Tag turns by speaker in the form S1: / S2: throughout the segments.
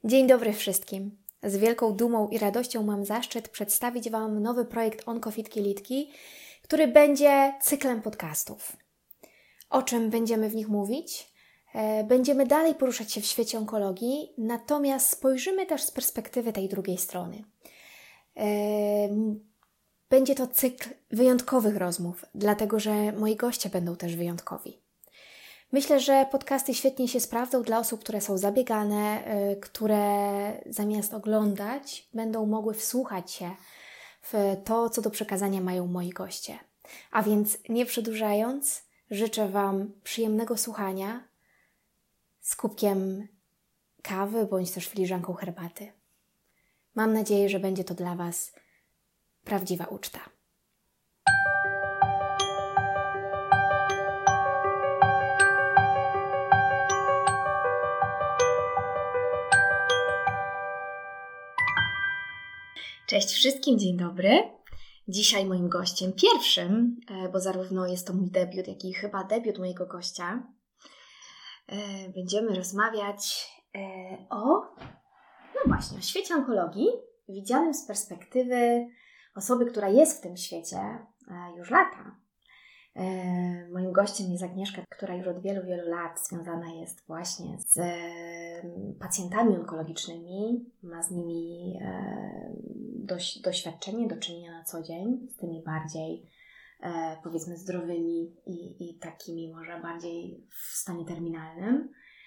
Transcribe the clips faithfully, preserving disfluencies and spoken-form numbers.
S1: Dzień dobry wszystkim. Z wielką dumą i radością mam zaszczyt przedstawić Wam nowy projekt Onkofitki Litki, który będzie cyklem podcastów. O czym będziemy w nich mówić? Będziemy dalej poruszać się w świecie onkologii, natomiast spojrzymy też z perspektywy tej drugiej strony. Będzie to cykl wyjątkowych rozmów, dlatego że moi goście będą też wyjątkowi. Myślę, że podcasty świetnie się sprawdzą dla osób, które są zabiegane, które zamiast oglądać będą mogły wsłuchać się w to, co do przekazania mają moi goście. A więc nie przedłużając, życzę Wam przyjemnego słuchania z kubkiem kawy bądź też filiżanką herbaty. Mam nadzieję, że będzie to dla Was prawdziwa uczta. Cześć wszystkim, dzień dobry. Dzisiaj moim gościem pierwszym, bo zarówno jest to mój debiut, jak i chyba debiut mojego gościa, będziemy rozmawiać o, no właśnie, o świecie onkologii, widzianym z perspektywy osoby, która jest w tym świecie już lata. Moim gościem jest Agnieszka, która już od wielu, wielu lat związana jest właśnie z pacjentami onkologicznymi, ma z nimi dość, doświadczenie, do czynienia na co dzień, z tymi bardziej powiedzmy zdrowymi i, i takimi może bardziej w stanie terminalnym.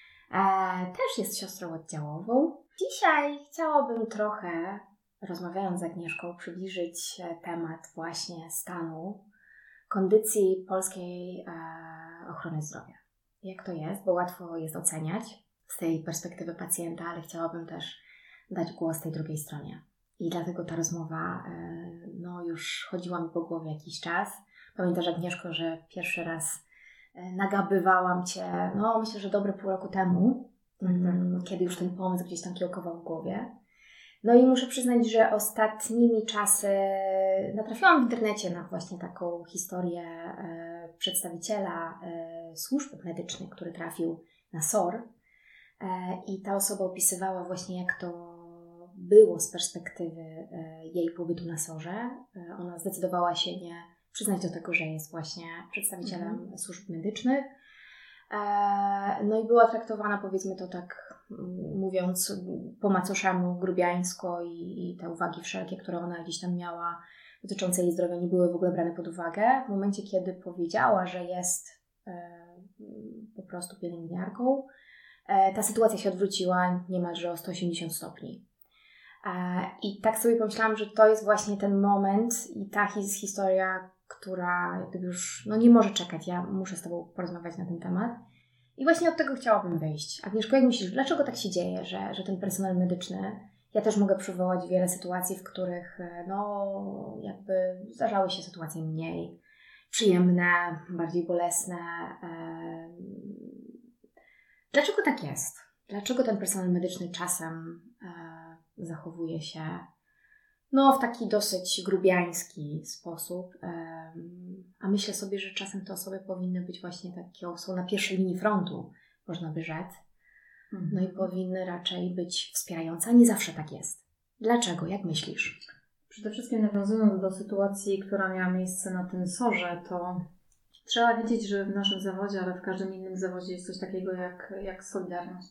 S1: Też jest siostrą oddziałową. Dzisiaj chciałabym trochę, rozmawiając z Agnieszką, przybliżyć temat właśnie stanu kondycji polskiej e, ochrony zdrowia. Jak to jest, bo łatwo jest oceniać z tej perspektywy pacjenta, ale chciałabym też dać głos tej drugiej stronie. I dlatego ta rozmowa e, no, już chodziła mi po głowie jakiś czas. Pamiętasz, Agnieszko, że pierwszy raz e, nagabywałam Cię, no myślę, że dobre pół roku temu, tak, tak. kiedy już ten pomysł gdzieś tam kiełkował w głowie. No i muszę przyznać, że ostatnimi czasy natrafiłam w internecie na właśnie taką historię e, przedstawiciela e, służb medycznych, który trafił na S O R e, i ta osoba opisywała właśnie, jak to było z perspektywy e, jej pobytu na S O R-ze. E, ona zdecydowała się nie przyznać do tego, że jest właśnie przedstawicielem mhm. służb medycznych. E, no i była traktowana, powiedzmy to tak mówiąc po macoszemu, grubiańsko i, i te uwagi wszelkie, które ona gdzieś tam miała dotyczące jej zdrowia, nie były w ogóle brane pod uwagę. W momencie, kiedy powiedziała, że jest e, po prostu pielęgniarką, e, ta sytuacja się odwróciła niemalże o sto osiemdziesiąt stopni. E, I tak sobie pomyślałam, że to jest właśnie ten moment i ta his, historia, która jak gdyby już no nie może czekać. Ja muszę z Tobą porozmawiać na ten temat. I właśnie od tego chciałabym wyjść. Agnieszko, jak myślisz, dlaczego tak się dzieje, że, że ten personel medyczny, ja też mogę przywołać wiele sytuacji, w których no jakby zdarzały się sytuacje mniej przyjemne, bardziej bolesne. Dlaczego tak jest? Dlaczego ten personel medyczny czasem zachowuje się no w taki dosyć grubiański sposób, a myślę sobie, że czasem te osoby powinny być właśnie takie, są na pierwszej linii frontu, można by rzec, mhm. no i powinny raczej być wspierające, a nie zawsze tak jest. Dlaczego? Jak myślisz?
S2: Przede wszystkim nawiązując do sytuacji, która miała miejsce na tym S O R-ze, to trzeba wiedzieć, że w naszym zawodzie, ale w każdym innym zawodzie jest coś takiego jak, jak solidarność.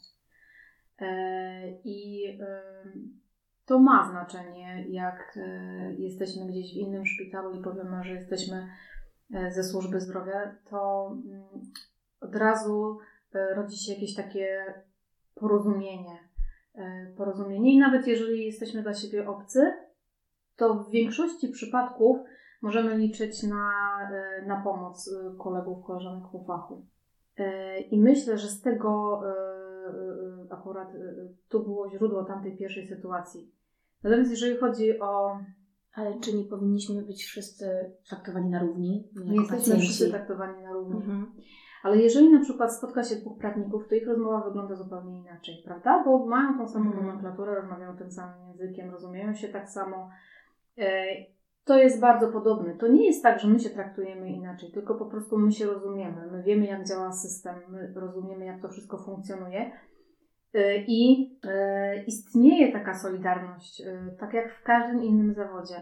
S2: I to ma znaczenie, jak jesteśmy gdzieś w innym szpitalu i powiemy, że jesteśmy ze służby zdrowia, to od razu rodzi się jakieś takie porozumienie. Porozumienie i nawet jeżeli jesteśmy dla siebie obcy, to w większości przypadków możemy liczyć na, na pomoc kolegów, koleżanek po fachu. I myślę, że z tego akurat tu było źródło tamtej pierwszej sytuacji. Natomiast jeżeli chodzi o...
S1: Ale czy nie powinniśmy być wszyscy traktowani na równi?
S2: Nie jesteśmy pacjenci. Wszyscy traktowani na równi. Mhm. Ale jeżeli na przykład spotka się dwóch prawników, to ich rozmowa wygląda zupełnie inaczej, prawda? Bo mają tą samą mhm. nomenklaturę, rozmawiają tym samym językiem, rozumieją się tak samo. To jest bardzo podobne. To nie jest tak, że my się traktujemy inaczej, tylko po prostu my się rozumiemy. My wiemy, jak działa system, my rozumiemy, jak to wszystko funkcjonuje. I istnieje taka solidarność, tak jak w każdym innym zawodzie.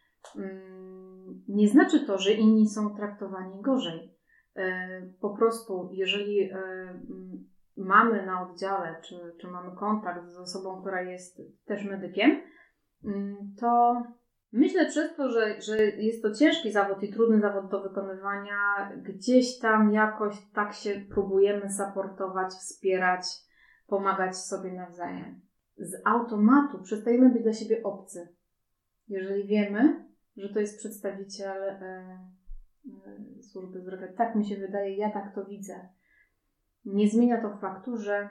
S2: Nie znaczy to, że inni są traktowani gorzej. Po prostu, jeżeli mamy na oddziale, czy, czy mamy kontakt z osobą, która jest też medykiem, to myślę przez to, że, że jest to ciężki zawód i trudny zawód do wykonywania, gdzieś tam jakoś tak się próbujemy supportować, wspierać, pomagać sobie nawzajem. Z automatu przestajemy być dla siebie obcy. Jeżeli wiemy, że to jest przedstawiciel e, e, służby zdrowia. Tak mi się wydaje, ja tak to widzę. Nie zmienia to faktu, że,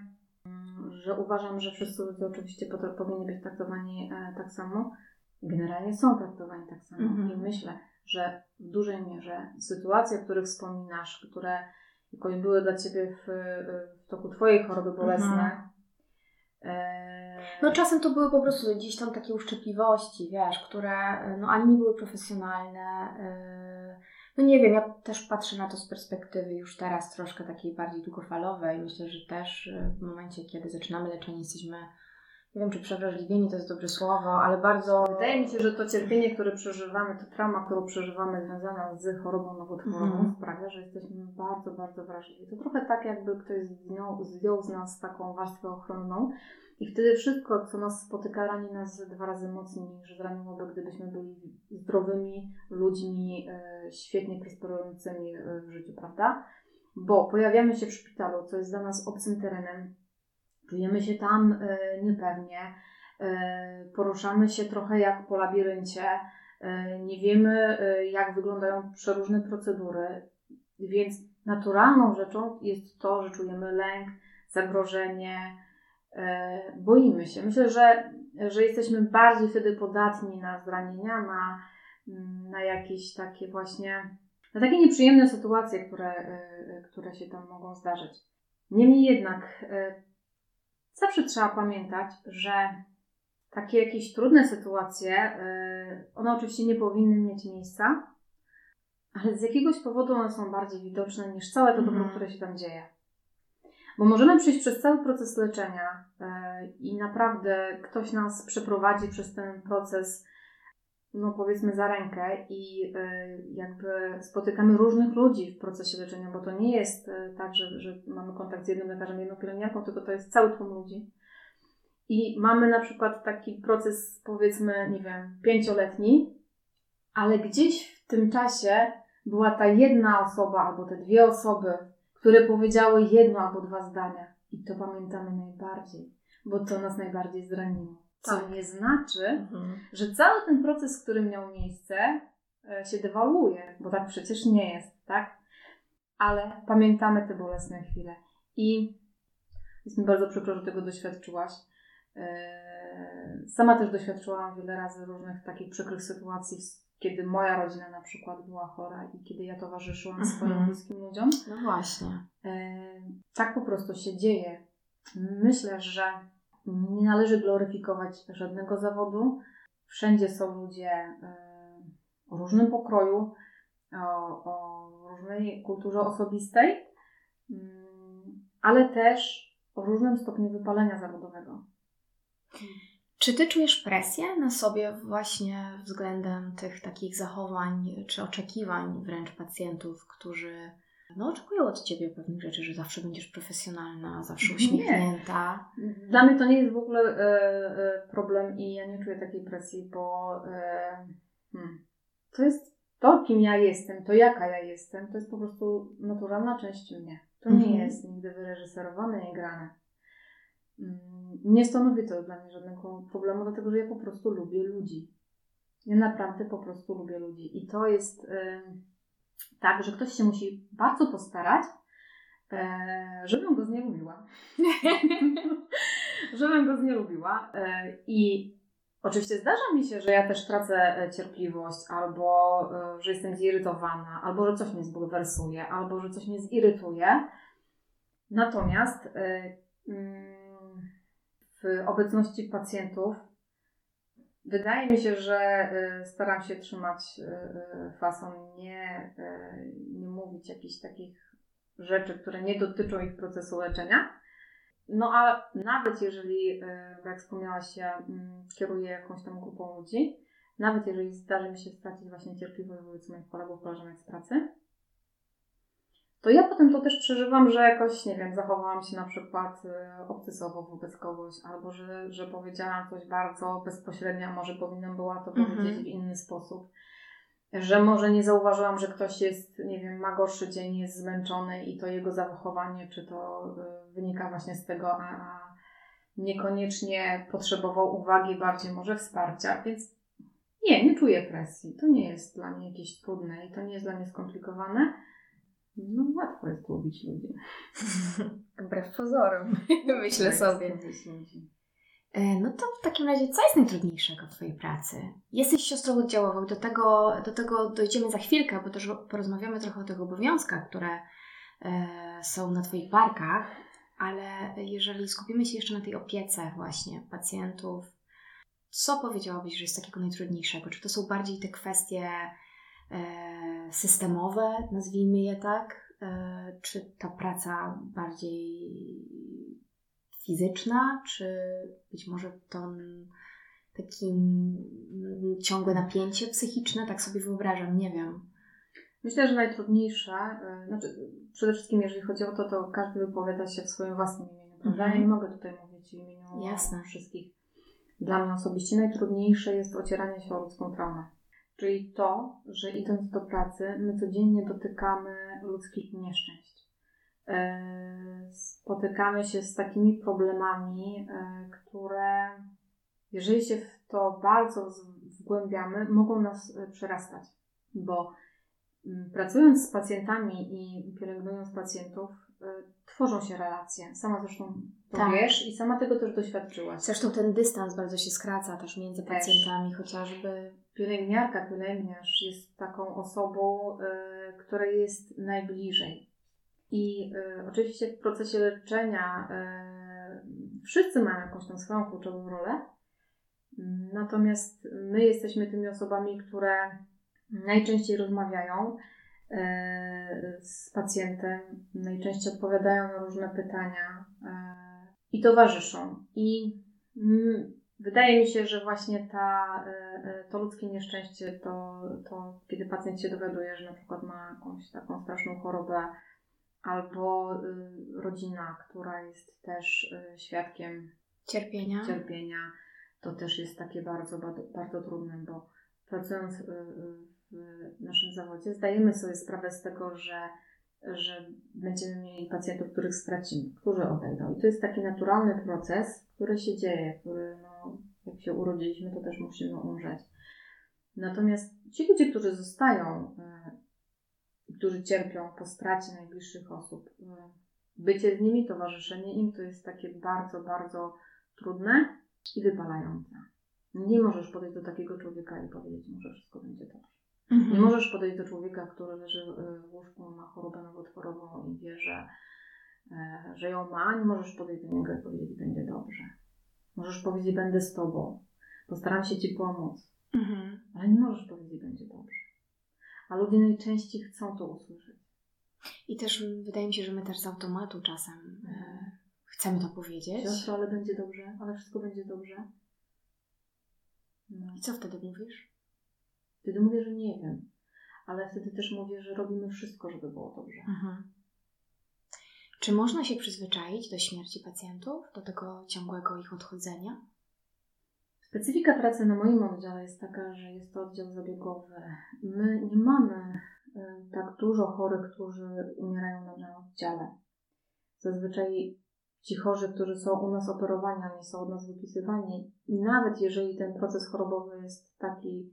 S2: że uważam, że wszyscy ludzie oczywiście powinni być traktowani e, tak samo. Generalnie są traktowani tak samo. Mm-hmm. I myślę, że w dużej mierze sytuacje, o których wspominasz, które jakoś były dla Ciebie w, w toku Twojej choroby bolesne,
S1: mm-hmm. e... no czasem to były po prostu gdzieś tam takie uszczypliwości, wiesz, które no ani nie były profesjonalne. Yy... No nie wiem, ja też patrzę na to z perspektywy już teraz troszkę takiej bardziej długofalowej. Myślę, że też w momencie, kiedy zaczynamy leczenie, jesteśmy, nie wiem, czy przewrażliwieni to jest dobre słowo, ale bardzo...
S2: Wydaje mi się, że to cierpienie, które przeżywamy, to trauma, którą przeżywamy związana z chorobą nowotworową mm. sprawia, że jesteśmy bardzo, bardzo wrażliwi. To trochę tak, jakby ktoś zdjął, zdjął z nas taką warstwę ochronną i wtedy wszystko, co nas spotyka, rani nas dwa razy mocniej niż zraniłoby, gdybyśmy byli zdrowymi ludźmi, e, świetnie prosperującymi w życiu, prawda? Bo pojawiamy się w szpitalu, co jest dla nas obcym terenem, czujemy się tam e, niepewnie, e, poruszamy się trochę jak po labiryncie, e, nie wiemy, e, jak wyglądają przeróżne procedury, więc naturalną rzeczą jest to, że czujemy lęk, zagrożenie, boimy się. Myślę, że, że jesteśmy bardziej wtedy podatni na zranienia, na, na jakieś takie właśnie, na takie nieprzyjemne sytuacje, które, które się tam mogą zdarzyć. Niemniej jednak zawsze trzeba pamiętać, że takie jakieś trudne sytuacje, one oczywiście nie powinny mieć miejsca, ale z jakiegoś powodu one są bardziej widoczne niż całe to dobro, które się tam dzieje. Bo możemy przejść przez cały proces leczenia yy, i naprawdę ktoś nas przeprowadzi przez ten proces, no powiedzmy za rękę i yy, jakby spotykamy różnych ludzi w procesie leczenia, bo to nie jest yy, tak, że, że mamy kontakt z jednym lekarzem, jedną pielęgniarką, tylko to jest cały tłum ludzi. I mamy na przykład taki proces, powiedzmy, nie wiem, pięcioletni, ale gdzieś w tym czasie była ta jedna osoba albo te dwie osoby, które powiedziały jedno albo dwa zdania. I to pamiętamy najbardziej, bo to nas najbardziej zraniło. Co tak. nie znaczy, mhm. że cały ten proces, który miał miejsce, się dewaluuje, bo tak przecież nie jest, tak? Ale pamiętamy te bolesne chwile. I jest mi bardzo przykro, że tego doświadczyłaś. Sama też doświadczyłam wiele razy różnych takich przykrych sytuacji, kiedy moja rodzina na przykład była chora i kiedy ja towarzyszyłam mhm. swoim bliskim ludziom.
S1: No właśnie.
S2: E, tak po prostu się dzieje. Myślę, że nie należy gloryfikować żadnego zawodu. Wszędzie są ludzie e, o różnym pokroju, o, o różnej kulturze osobistej, mm, ale też o różnym stopniu wypalenia zawodowego.
S1: Czy Ty czujesz presję na sobie właśnie względem tych takich zachowań czy oczekiwań wręcz pacjentów, którzy no, oczekują od Ciebie pewnych rzeczy, że zawsze będziesz profesjonalna, zawsze uśmiechnięta?
S2: Nie. Dla mnie to nie jest w ogóle e, e, problem i ja nie czuję takiej presji, bo e, hmm, to jest to, kim ja jestem, to jaka ja jestem, to jest po prostu naturalna część mnie. To mhm. nie jest nigdy wyreżyserowane i grane. Nie stanowi to dla mnie żadnego problemu, dlatego że ja po prostu lubię ludzi. Ja naprawdę po prostu lubię ludzi. I to jest yy, tak, że ktoś się musi bardzo postarać, yy, żebym go znielubiła. żebym go znielubiła. Yy, I oczywiście zdarza mi się, że ja też tracę cierpliwość, albo yy, że jestem zirytowana, albo że coś mnie zbulwersuje, albo że coś mnie zirytuje. Natomiast yy, yy, w obecności pacjentów wydaje mi się, że staram się trzymać fason, nie, nie mówić jakichś takich rzeczy, które nie dotyczą ich procesu leczenia. No a nawet jeżeli, jak wspomniałaś, ja kieruję jakąś tam grupą ludzi, nawet jeżeli zdarzy mi się stracić właśnie cierpliwość wobec moich kolegów, koleżanek z pracy, to ja potem to też przeżywam, że jakoś, nie wiem, zachowałam się na przykład obcesowo wobec kogoś, albo że, że powiedziałam coś bardzo bezpośrednio, a może powinnam była to powiedzieć mhm. w inny sposób. Że może nie zauważyłam, że ktoś jest, nie wiem, ma gorszy dzień, jest zmęczony i to jego zachowanie, czy to wynika właśnie z tego, a, a niekoniecznie potrzebował uwagi, bardziej może wsparcia, więc nie, nie czuję presji. To nie jest dla mnie jakieś trudne i to nie jest dla mnie skomplikowane. No łatwo jest lubić ludzi.
S1: Wbrew pozorom, myślę sobie. No to w takim razie, co jest najtrudniejszego w Twojej pracy? Jesteś siostrą oddziałową, do tego, do tego dojdziemy za chwilkę, bo też porozmawiamy trochę o tych obowiązkach, które e, są na Twoich barkach, ale jeżeli skupimy się jeszcze na tej opiece właśnie pacjentów, co powiedziałabyś, że jest takiego najtrudniejszego? Czy to są bardziej te kwestie e, systemowe, nazwijmy je tak, e, czy ta praca bardziej fizyczna, czy być może to takie ciągłe napięcie psychiczne, tak sobie wyobrażam, nie wiem.
S2: Myślę, że najtrudniejsze, znaczy przede wszystkim jeżeli chodzi o to, to każdy wypowiada się w swoim własnym imieniu, prawda? Mm-hmm. Ja nie mogę tutaj mówić w imieniu Jasne. wszystkich. Dla mnie osobiście najtrudniejsze jest ocieranie się o ludzką traumę. Czyli to, że idąc do pracy, my codziennie dotykamy ludzkich nieszczęść. Spotykamy się z takimi problemami, które jeżeli się w to bardzo wgłębiamy, mogą nas przerastać, bo pracując z pacjentami i pielęgnując pacjentów, tworzą się relacje. Sama zresztą to tak. wiesz i sama tego też doświadczyłaś.
S1: Zresztą ten dystans bardzo się skraca też między pacjentami, też. chociażby.
S2: Pielęgniarka, pielęgniarz jest taką osobą, której jest najbliżej. I y, oczywiście w procesie leczenia y, wszyscy mają jakąś tam swoją kluczową rolę, y, natomiast my jesteśmy tymi osobami, które najczęściej rozmawiają y, z pacjentem, najczęściej odpowiadają na różne pytania y, i towarzyszą. I y, wydaje mi się, że właśnie ta, y, to ludzkie nieszczęście, to, to kiedy pacjent się dowiaduje, że na przykład ma jakąś taką straszną chorobę, albo y, rodzina, która jest też y, świadkiem
S1: cierpienia.
S2: cierpienia, to też jest takie bardzo, bardzo, bardzo trudne, bo pracując y, y, w naszym zawodzie zdajemy sobie sprawę z tego, że, że będziemy mieli pacjentów, których stracimy, którzy odejdą. I to jest taki naturalny proces, który się dzieje, który no, jak się urodziliśmy, to też musimy umrzeć. Natomiast ci ludzie, którzy zostają, którzy cierpią po stracie najbliższych osób, bycie z nimi, towarzyszenie im to jest takie bardzo, bardzo trudne i wypalające. Nie możesz podejść do takiego człowieka i powiedzieć mu, że wszystko będzie dobrze. Mhm. Nie możesz podejść do człowieka, który leży w łóżku, ma chorobę nowotworową i wie, że, że ją ma. Nie możesz podejść do niego i powiedzieć, będzie dobrze. Możesz powiedzieć, będę z tobą, postaram się ci pomóc. Mhm. Ale nie możesz powiedzieć, będzie dobrze. A ludzie najczęściej chcą to usłyszeć.
S1: I też wydaje mi się, że my też z automatu czasem e, chcemy to powiedzieć.
S2: Siostro, ale będzie dobrze, ale wszystko będzie dobrze.
S1: No. I co wtedy mówisz?
S2: Wtedy mówię, że nie wiem. Ale wtedy też mówię, że robimy wszystko, żeby było dobrze.
S1: Mhm. Czy można się przyzwyczaić do śmierci pacjentów? Do tego ciągłego ich odchodzenia?
S2: Specyfika pracy na moim oddziale jest taka, że jest to oddział zabiegowy. My nie mamy tak dużo chorych, którzy umierają na naszym oddziale. Zazwyczaj ci chorzy, którzy są u nas operowani, oni są od nas wypisywani. I nawet jeżeli ten proces chorobowy jest taki,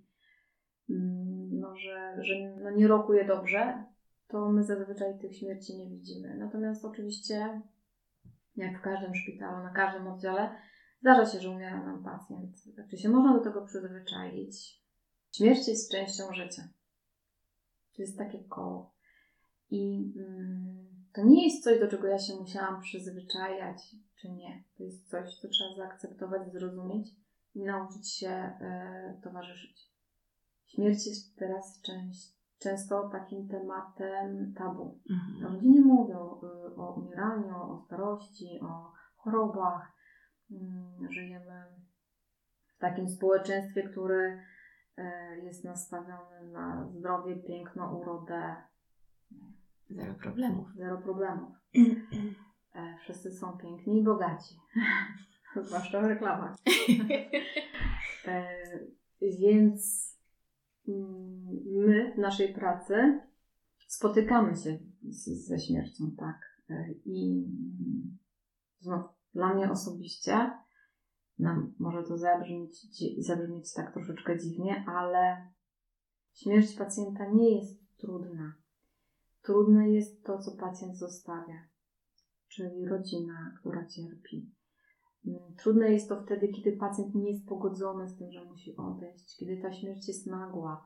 S2: no, że, że no, nie rokuje dobrze, to my zazwyczaj tych śmierci nie widzimy. Natomiast oczywiście, jak w każdym szpitalu, na każdym oddziale, zdarza się, że umiera nam pacjent. Czy się można do tego przyzwyczaić? Śmierć jest częścią życia. To jest takie koło. I mm, to nie jest coś, do czego ja się musiałam przyzwyczajać, czy nie. To jest coś, co trzeba zaakceptować, zrozumieć i nauczyć się y, towarzyszyć. Śmierć jest teraz część, często takim tematem tabu. Mhm. Ludzie nie mówią y, o umieraniu, o starości, o chorobach. Żyjemy w takim społeczeństwie, które jest nastawione na zdrowie, piękno, urodę.
S1: Zero problemów.
S2: Zero problemów. Wszyscy są piękni i bogaci. Zwłaszcza w reklamach. Więc my w naszej pracy spotykamy się z, ze śmiercią, tak. I znów dla mnie osobiście, no, może to zabrzmieć, zabrzmieć tak troszeczkę dziwnie, ale śmierć pacjenta nie jest trudna. Trudne jest to, co pacjent zostawia, czyli rodzina, która cierpi. Trudne jest to wtedy, kiedy pacjent nie jest pogodzony z tym, że musi odejść, kiedy ta śmierć jest nagła,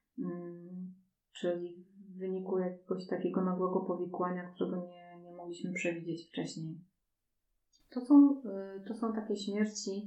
S2: czyli w wyniku jakiegoś takiego nagłego powikłania, którego nie, nie mogliśmy przewidzieć wcześniej. To są, to są takie śmierci,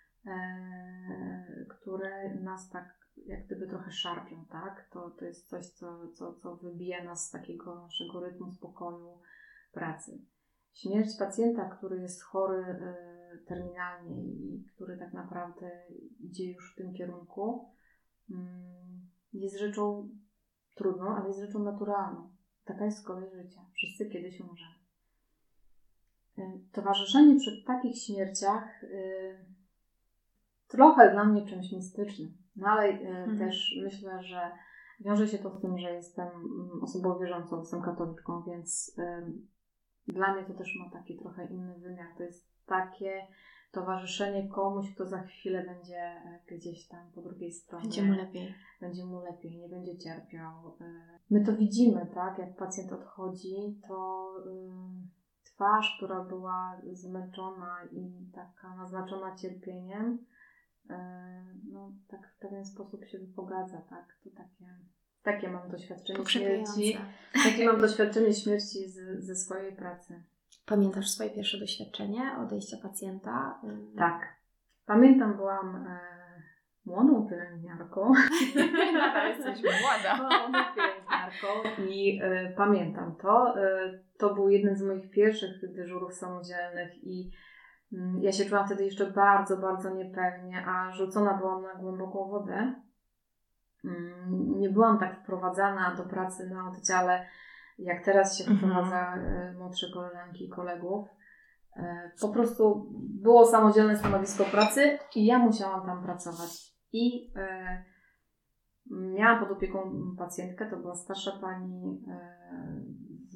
S2: e, które nas tak jak gdyby trochę szarpią, tak? To, to jest coś, co, co, co wybija nas z takiego naszego rytmu spokoju pracy. Śmierć pacjenta, który jest chory e, terminalnie i który tak naprawdę idzie już w tym kierunku, mm, jest rzeczą trudną, ale jest rzeczą naturalną. Taka jest kolej życia. Wszyscy kiedyś umrzemy. Towarzyszenie przy takich śmierciach y, trochę dla mnie czymś mistycznym, no ale y, mhm. też myślę, że wiąże się to z tym, że jestem osobą wierzącą, jestem katoliczką, więc y, dla mnie to też ma taki trochę inny wymiar. To jest takie towarzyszenie komuś, kto za chwilę będzie gdzieś tam po drugiej stronie.
S1: Będzie mu lepiej.
S2: Będzie mu lepiej, nie będzie cierpiał. My to widzimy, tak? Jak pacjent odchodzi, to y, twarz, która była zmęczona i taka naznaczona cierpieniem, no tak w pewien sposób się wypogadza, tak? To takie, takie mam doświadczenie śmierci. Takie mam doświadczenie śmierci z, ze swojej pracy.
S1: Pamiętasz swoje pierwsze doświadczenie odejścia pacjenta?
S2: Tak. Pamiętam, byłam e, młodą pielęgniarką.
S1: Nadal jesteś młoda.
S2: Młodą pielęgniarką i e, pamiętam to. E, to był jeden z moich pierwszych dyżurów samodzielnych i mm, ja się czułam wtedy jeszcze bardzo, bardzo niepewnie, a rzucona byłam na głęboką wodę. Mm, nie byłam tak wprowadzana do pracy na oddziale, jak teraz się wprowadza e, młodsze koleżanki i kolegów. E, po prostu było samodzielne stanowisko pracy i ja musiałam tam pracować. I e, miałam pod opieką pacjentkę, to była starsza pani, e, z,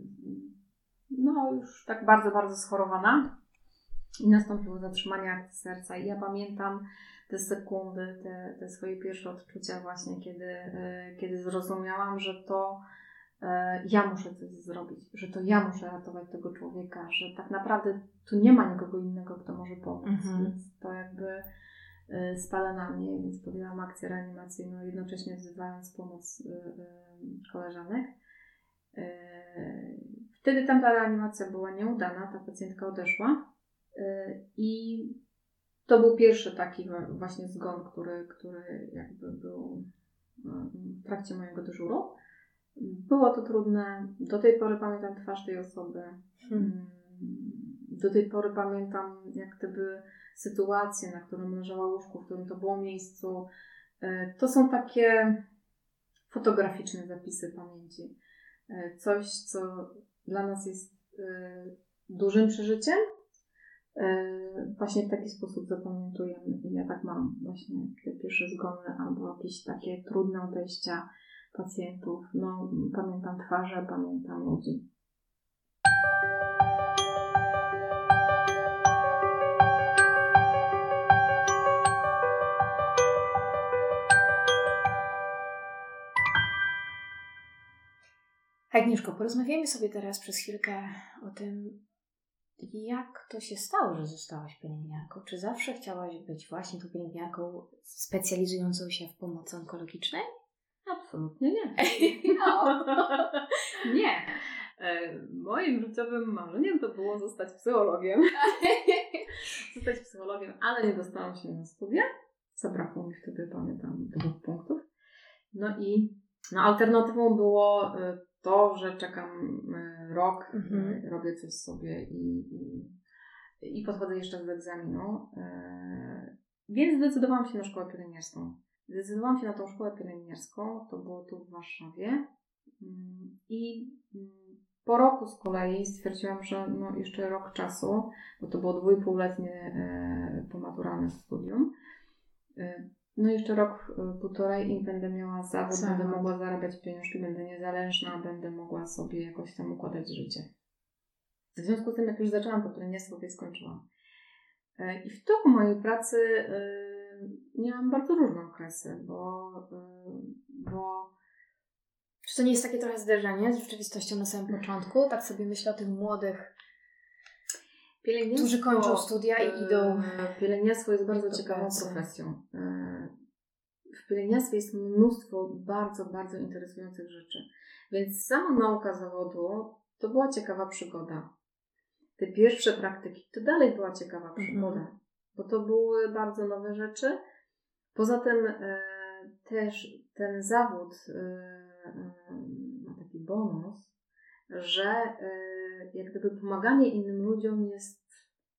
S2: no już tak bardzo, bardzo schorowana i nastąpiło zatrzymanie akcji serca. I ja pamiętam te sekundy, te, te swoje pierwsze odczucia właśnie, kiedy, e, kiedy zrozumiałam, że to e, ja muszę coś zrobić, że to ja muszę ratować tego człowieka, że tak naprawdę tu nie ma nikogo innego, kto może pomóc. Mhm. Więc to jakby spada na mnie, więc podjęłam akcję reanimacyjną, jednocześnie wzywając pomoc y, y, koleżanek. Y, wtedy tamta reanimacja była nieudana, ta pacjentka odeszła y, i to był pierwszy taki właśnie zgon, który, który jakby był y, w trakcie mojego dyżuru. Było to trudne, do tej pory pamiętam twarz tej osoby, hmm. y, do tej pory pamiętam jak gdyby sytuację, na którym leżała łóżku, w którym to było miejscu. To są takie fotograficzne zapisy pamięci. Coś, co dla nas jest dużym przeżyciem. Właśnie w taki sposób zapamiętujemy. I ja tak mam właśnie te pierwsze zgony albo jakieś takie trudne odejścia pacjentów. No, pamiętam twarze, pamiętam ludzi.
S1: Agnieszko, porozmawiajmy sobie teraz przez chwilkę o tym, jak to się stało, że zostałaś pielęgniarką. Czy zawsze chciałaś być właśnie tą pielęgniarką specjalizującą się w pomocy onkologicznej?
S2: Absolutnie nie. No. Nie. Moim życiowym marzeniem to było zostać psychologiem. zostać psychologiem, ale nie dostałam się na studia. Zabrakło mi wtedy, pamiętam, dwóch punktów. No i no, alternatywą było to, że czekam rok, mhm. robię coś sobie i, i, i podchodzę jeszcze do egzaminu. Więc zdecydowałam się na szkołę pielęgniarską. Zdecydowałam się na tą szkołę pielęgniarską, to było tu w Warszawie. I po roku z kolei stwierdziłam, że no jeszcze rok czasu, bo to było dwuipółletnie pomaturalne studium. No jeszcze rok, półtorej i będę miała zawód, Co? będę mogła zarabiać pieniążki, będę niezależna, będę mogła sobie jakoś tam układać życie. W związku z tym, jak już zaczęłam to pielęgniarstwo, to je skończyłam. I w toku mojej pracy miałam bardzo różne okresy, bo, bo...
S1: Czy to nie jest takie trochę zderzenie z rzeczywistością na samym początku? Tak sobie myślę o tych młodych, którzy kończą studia i idą...
S2: Pielęgniarstwo jest bardzo ciekawą pracy. profesją. W pielęgniarstwie jest mnóstwo bardzo, bardzo interesujących rzeczy. Więc sama nauka zawodu to była ciekawa przygoda. Te pierwsze praktyki to dalej była ciekawa przygoda, mm-hmm. bo to były bardzo nowe rzeczy. Poza tym e, też ten zawód e, ma taki bonus, że e, jak gdyby pomaganie innym ludziom jest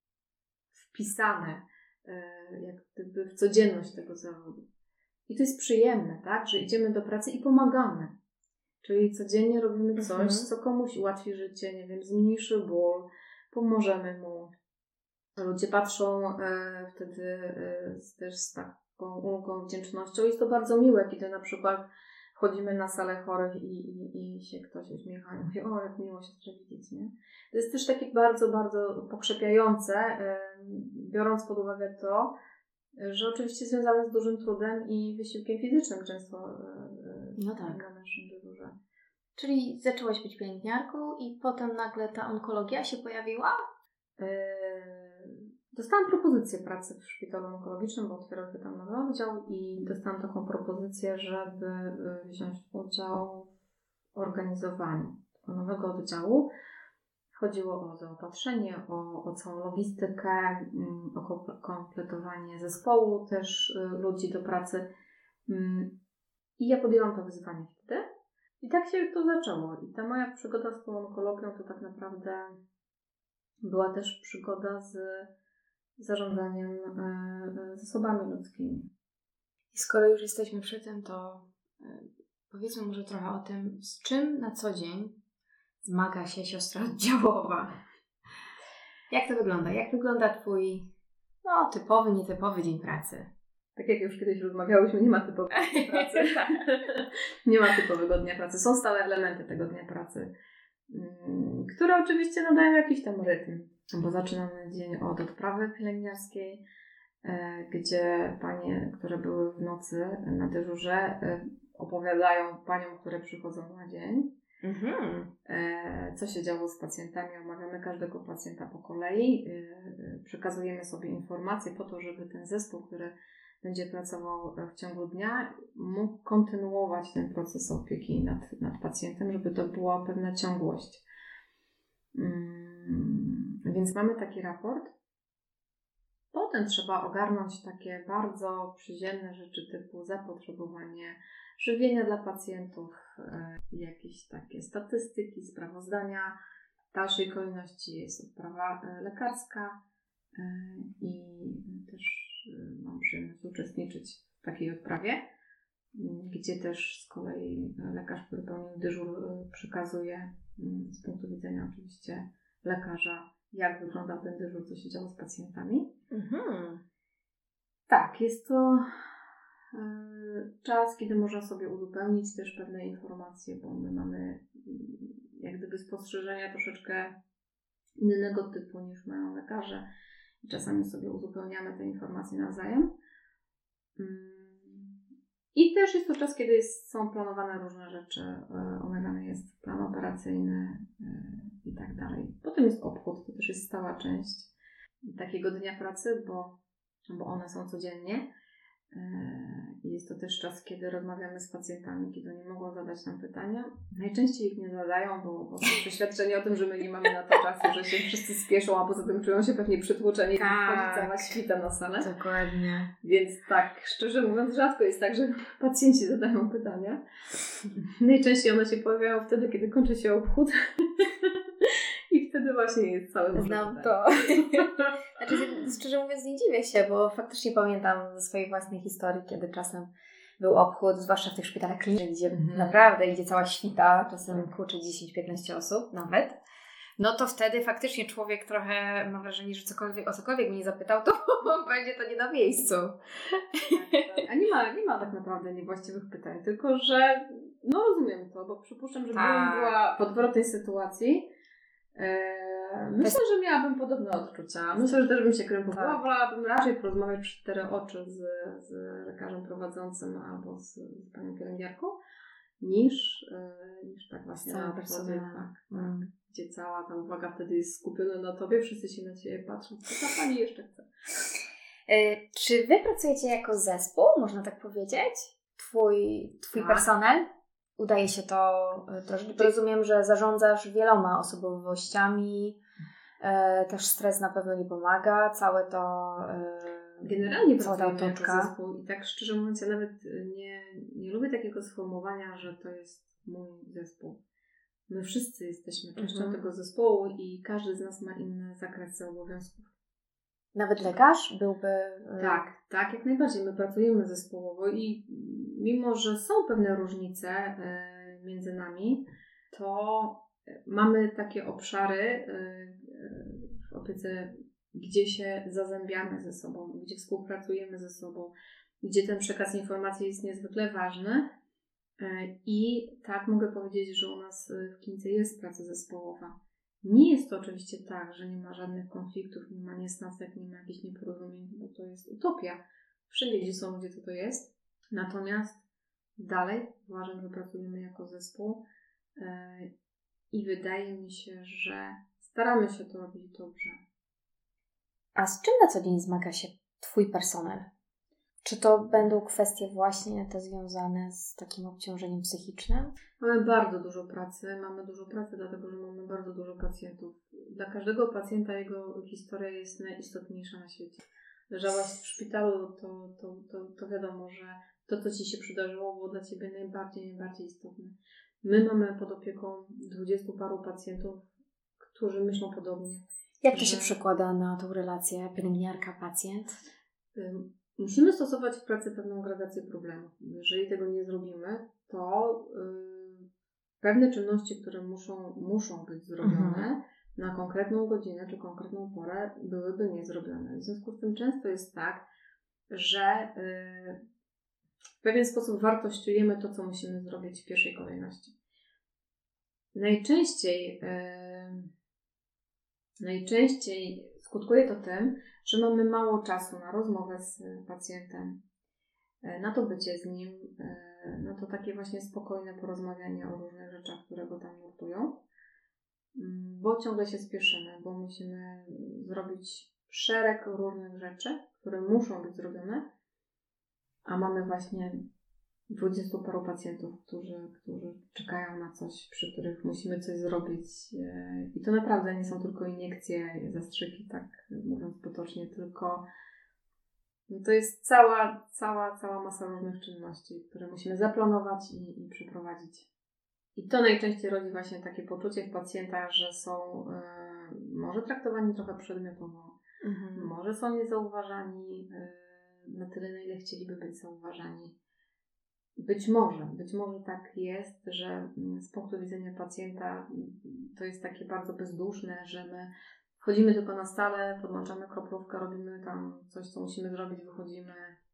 S2: wpisane e, jak gdyby w codzienność tego zawodu. I to jest przyjemne, tak, że idziemy do pracy i pomagamy. Czyli codziennie robimy coś, mm-hmm. co komuś ułatwi życie, nie wiem, zmniejszy ból, pomożemy mu. Ludzie patrzą e, wtedy e, też z taką ulgą, wdzięcznością. Jest to bardzo miłe, kiedy na przykład wchodzimy na salę chorych i, i, i się ktoś uśmiecha i mówi, o, jak miło siostrę widzieć, nie? To jest też takie bardzo, bardzo pokrzepiające, e, biorąc pod uwagę to, że oczywiście związane z dużym trudem i wysiłkiem fizycznym często e,
S1: no tak.
S2: na naszym dyżurze.
S1: Czyli zaczęłaś być pielęgniarką i potem nagle ta onkologia się pojawiła?
S2: Yy, dostałam propozycję pracy w szpitalu onkologicznym, bo otwierał się tam nowy oddział i dostałam taką propozycję, żeby wziąć udział w organizowaniu tego nowego oddziału. Chodziło o zaopatrzenie, o, o całą logistykę, o kompletowanie zespołu też ludzi do pracy. I ja podjęłam to wyzwanie wtedy. I tak się to zaczęło. I ta moja przygoda z tą onkologią to tak naprawdę była też przygoda z zarządzaniem e, zasobami ludzkimi.
S1: I skoro już jesteśmy przy tym, to e, powiedzmy może trochę o tym, z czym na co dzień zmaga się siostra oddziałowa. Jak to wygląda? Jak wygląda Twój no, typowy, nietypowy dzień pracy?
S2: Tak jak już kiedyś rozmawiałyśmy, nie ma typowego dnia pracy. Nie ma typowego dnia pracy. Są stałe elementy tego dnia pracy, które oczywiście nadają jakiś tam rytm. Bo zaczynamy dzień od odprawy pielęgniarskiej, gdzie panie, które były w nocy na dyżurze, opowiadają paniom, które przychodzą na dzień, mm-hmm. co się działo z pacjentami. Omawiamy każdego pacjenta po kolei. Przekazujemy sobie informacje po to, żeby ten zespół, który będzie pracował w ciągu dnia, mógł kontynuować ten proces opieki nad, nad pacjentem, żeby to była pewna ciągłość. Hmm, więc mamy taki raport. Potem trzeba ogarnąć takie bardzo przyziemne rzeczy typu zapotrzebowanie żywienia dla pacjentów, e, jakieś takie statystyki, sprawozdania. W dalszej kolejności jest odprawa e, lekarska e, i też mam przyjemność uczestniczyć w takiej odprawie, gdzie też z kolei lekarz, który pełnił dyżur, przekazuje z punktu widzenia oczywiście lekarza, jak wyglądał ten dyżur, co się działo z pacjentami. Mhm. Tak, jest to czas, kiedy można sobie uzupełnić też pewne informacje, bo my mamy jak gdyby spostrzeżenia troszeczkę innego typu niż mają lekarze. I czasami sobie uzupełniamy te informacje nawzajem. I też jest to czas, kiedy jest, są planowane różne rzeczy. Omawiany jest plan operacyjny i tak dalej. Potem jest obchód, to też jest stała część takiego dnia pracy, bo, bo one są codziennie. I jest to też czas, kiedy rozmawiamy z pacjentami, kiedy oni mogą zadać nam pytania. Najczęściej ich nie zadają, bo, bo są przeświadczeni o tym, że my nie mamy na to czasu, że się wszyscy spieszą, a poza tym czują się pewnie przytłoczeni, tak. I wchodzi cała świta na salę.
S1: Dokładnie.
S2: Więc tak, szczerze mówiąc, rzadko jest tak, że pacjenci zadają pytania. Najczęściej one się pojawiają wtedy, kiedy kończy się obchód. I wtedy wtedy właśnie jest cały
S1: Znam to. Znaczy, szczerze mówiąc, nie dziwię się, bo faktycznie pamiętam ze swojej własnej historii, kiedy czasem był obchód, zwłaszcza w tych szpitalach klinicznych, gdzie mm. naprawdę idzie cała świta, czasem kurczę dziesięć piętnaście osób nawet. No to wtedy faktycznie człowiek trochę ma wrażenie, że cokolwiek, o cokolwiek mnie zapytał, to będzie to nie na miejscu.
S2: Tak, tak. A nie ma, nie ma tak naprawdę niewłaściwych pytań, tylko że no rozumiem to, bo przypuszczam, że
S1: tak.
S2: gdybym była w odwrotnej sytuacji, e, myślę, jest... że miałabym podobne odczucia. Myślę, że też bym się krępowała, tak. Wolałabym raczej porozmawiać przy cztery oczy z, z lekarzem prowadzącym albo z, z panią pielęgniarką, niż, e, niż tak właśnie
S1: cała
S2: na
S1: personel.
S2: Tak, mm. Gdzie cała ta uwaga wtedy jest skupiona na tobie, wszyscy się na ciebie patrzą, co ta pani jeszcze chce.
S1: Yy, czy wy pracujecie jako zespół, można tak powiedzieć? Twój, twój tak. personel? Udaje się to, to rozumiem, że zarządzasz wieloma osobowościami, yy, też stres na pewno nie pomaga, całe to yy,
S2: generalnie pracujemy jako zespół i tak szczerze mówiąc ja nawet nie, nie lubię takiego sformułowania, że to jest mój zespół. My wszyscy jesteśmy częścią mhm. tego zespołu i każdy z nas ma inne zakresy obowiązków.
S1: Nawet lekarz byłby...
S2: Tak, tak, jak najbardziej. My pracujemy zespołowo i mimo, że są pewne różnice między nami, to mamy takie obszary w opiece, gdzie się zazębiamy ze sobą, gdzie współpracujemy ze sobą, gdzie ten przekaz informacji jest niezwykle ważny. I tak mogę powiedzieć, że u nas w klinice jest praca zespołowa. Nie jest to oczywiście tak, że nie ma żadnych konfliktów, nie ma niesnasek, nie ma jakichś nieporozumień, bo to jest utopia. Wszędzie, gdzie są ludzie, to to jest. Natomiast dalej uważam, że pracujemy jako zespół i wydaje mi się, że staramy się to robić dobrze.
S1: A z czym na co dzień zmaga się Twój personel? Czy to będą kwestie właśnie te związane z takim obciążeniem psychicznym?
S2: Mamy bardzo dużo pracy. Mamy dużo pracy, dlatego że mamy bardzo dużo pacjentów. Dla każdego pacjenta jego historia jest najistotniejsza na świecie. Leżałaś w szpitalu, to, to, to, to wiadomo, że to, co Ci się przydarzyło, było dla Ciebie najbardziej, najbardziej istotne. My mamy pod opieką dwudziestu paru pacjentów, którzy myślą podobnie.
S1: Jak to że... się przekłada na tą relację pielęgniarka-pacjent?
S2: Musimy stosować w pracy pewną gradację problemów. Jeżeli tego nie zrobimy, to yy, pewne czynności, które muszą, muszą być zrobione mhm. na konkretną godzinę czy konkretną porę, byłyby niezrobione. W związku z tym często jest tak, że yy, w pewien sposób wartościujemy to, co musimy zrobić w pierwszej kolejności. Najczęściej, yy, najczęściej skutkuje to tym, że mamy mało czasu na rozmowę z pacjentem, na to bycie z nim, na to takie właśnie spokojne porozmawianie o różnych rzeczach, które go tam nurtują, bo ciągle się spieszymy, bo musimy zrobić szereg różnych rzeczy, które muszą być zrobione, a mamy właśnie dwudziestu paru pacjentów, którzy, którzy czekają na coś, przy których musimy coś zrobić. I to naprawdę nie są tylko iniekcje, zastrzyki, tak mówiąc potocznie, tylko to jest cała, cała, cała masa różnych czynności, które musimy zaplanować i, i przeprowadzić. I to najczęściej rodzi właśnie takie poczucie w pacjentach, że są y, może traktowani trochę przedmiotowo, mhm. może są niezauważani y, na tyle, na ile chcieliby być zauważani. Być może, być może tak jest, że z punktu widzenia pacjenta to jest takie bardzo bezduszne, że my wchodzimy tylko na salę, podłączamy kroplówkę, robimy tam coś, co musimy zrobić, wychodzimy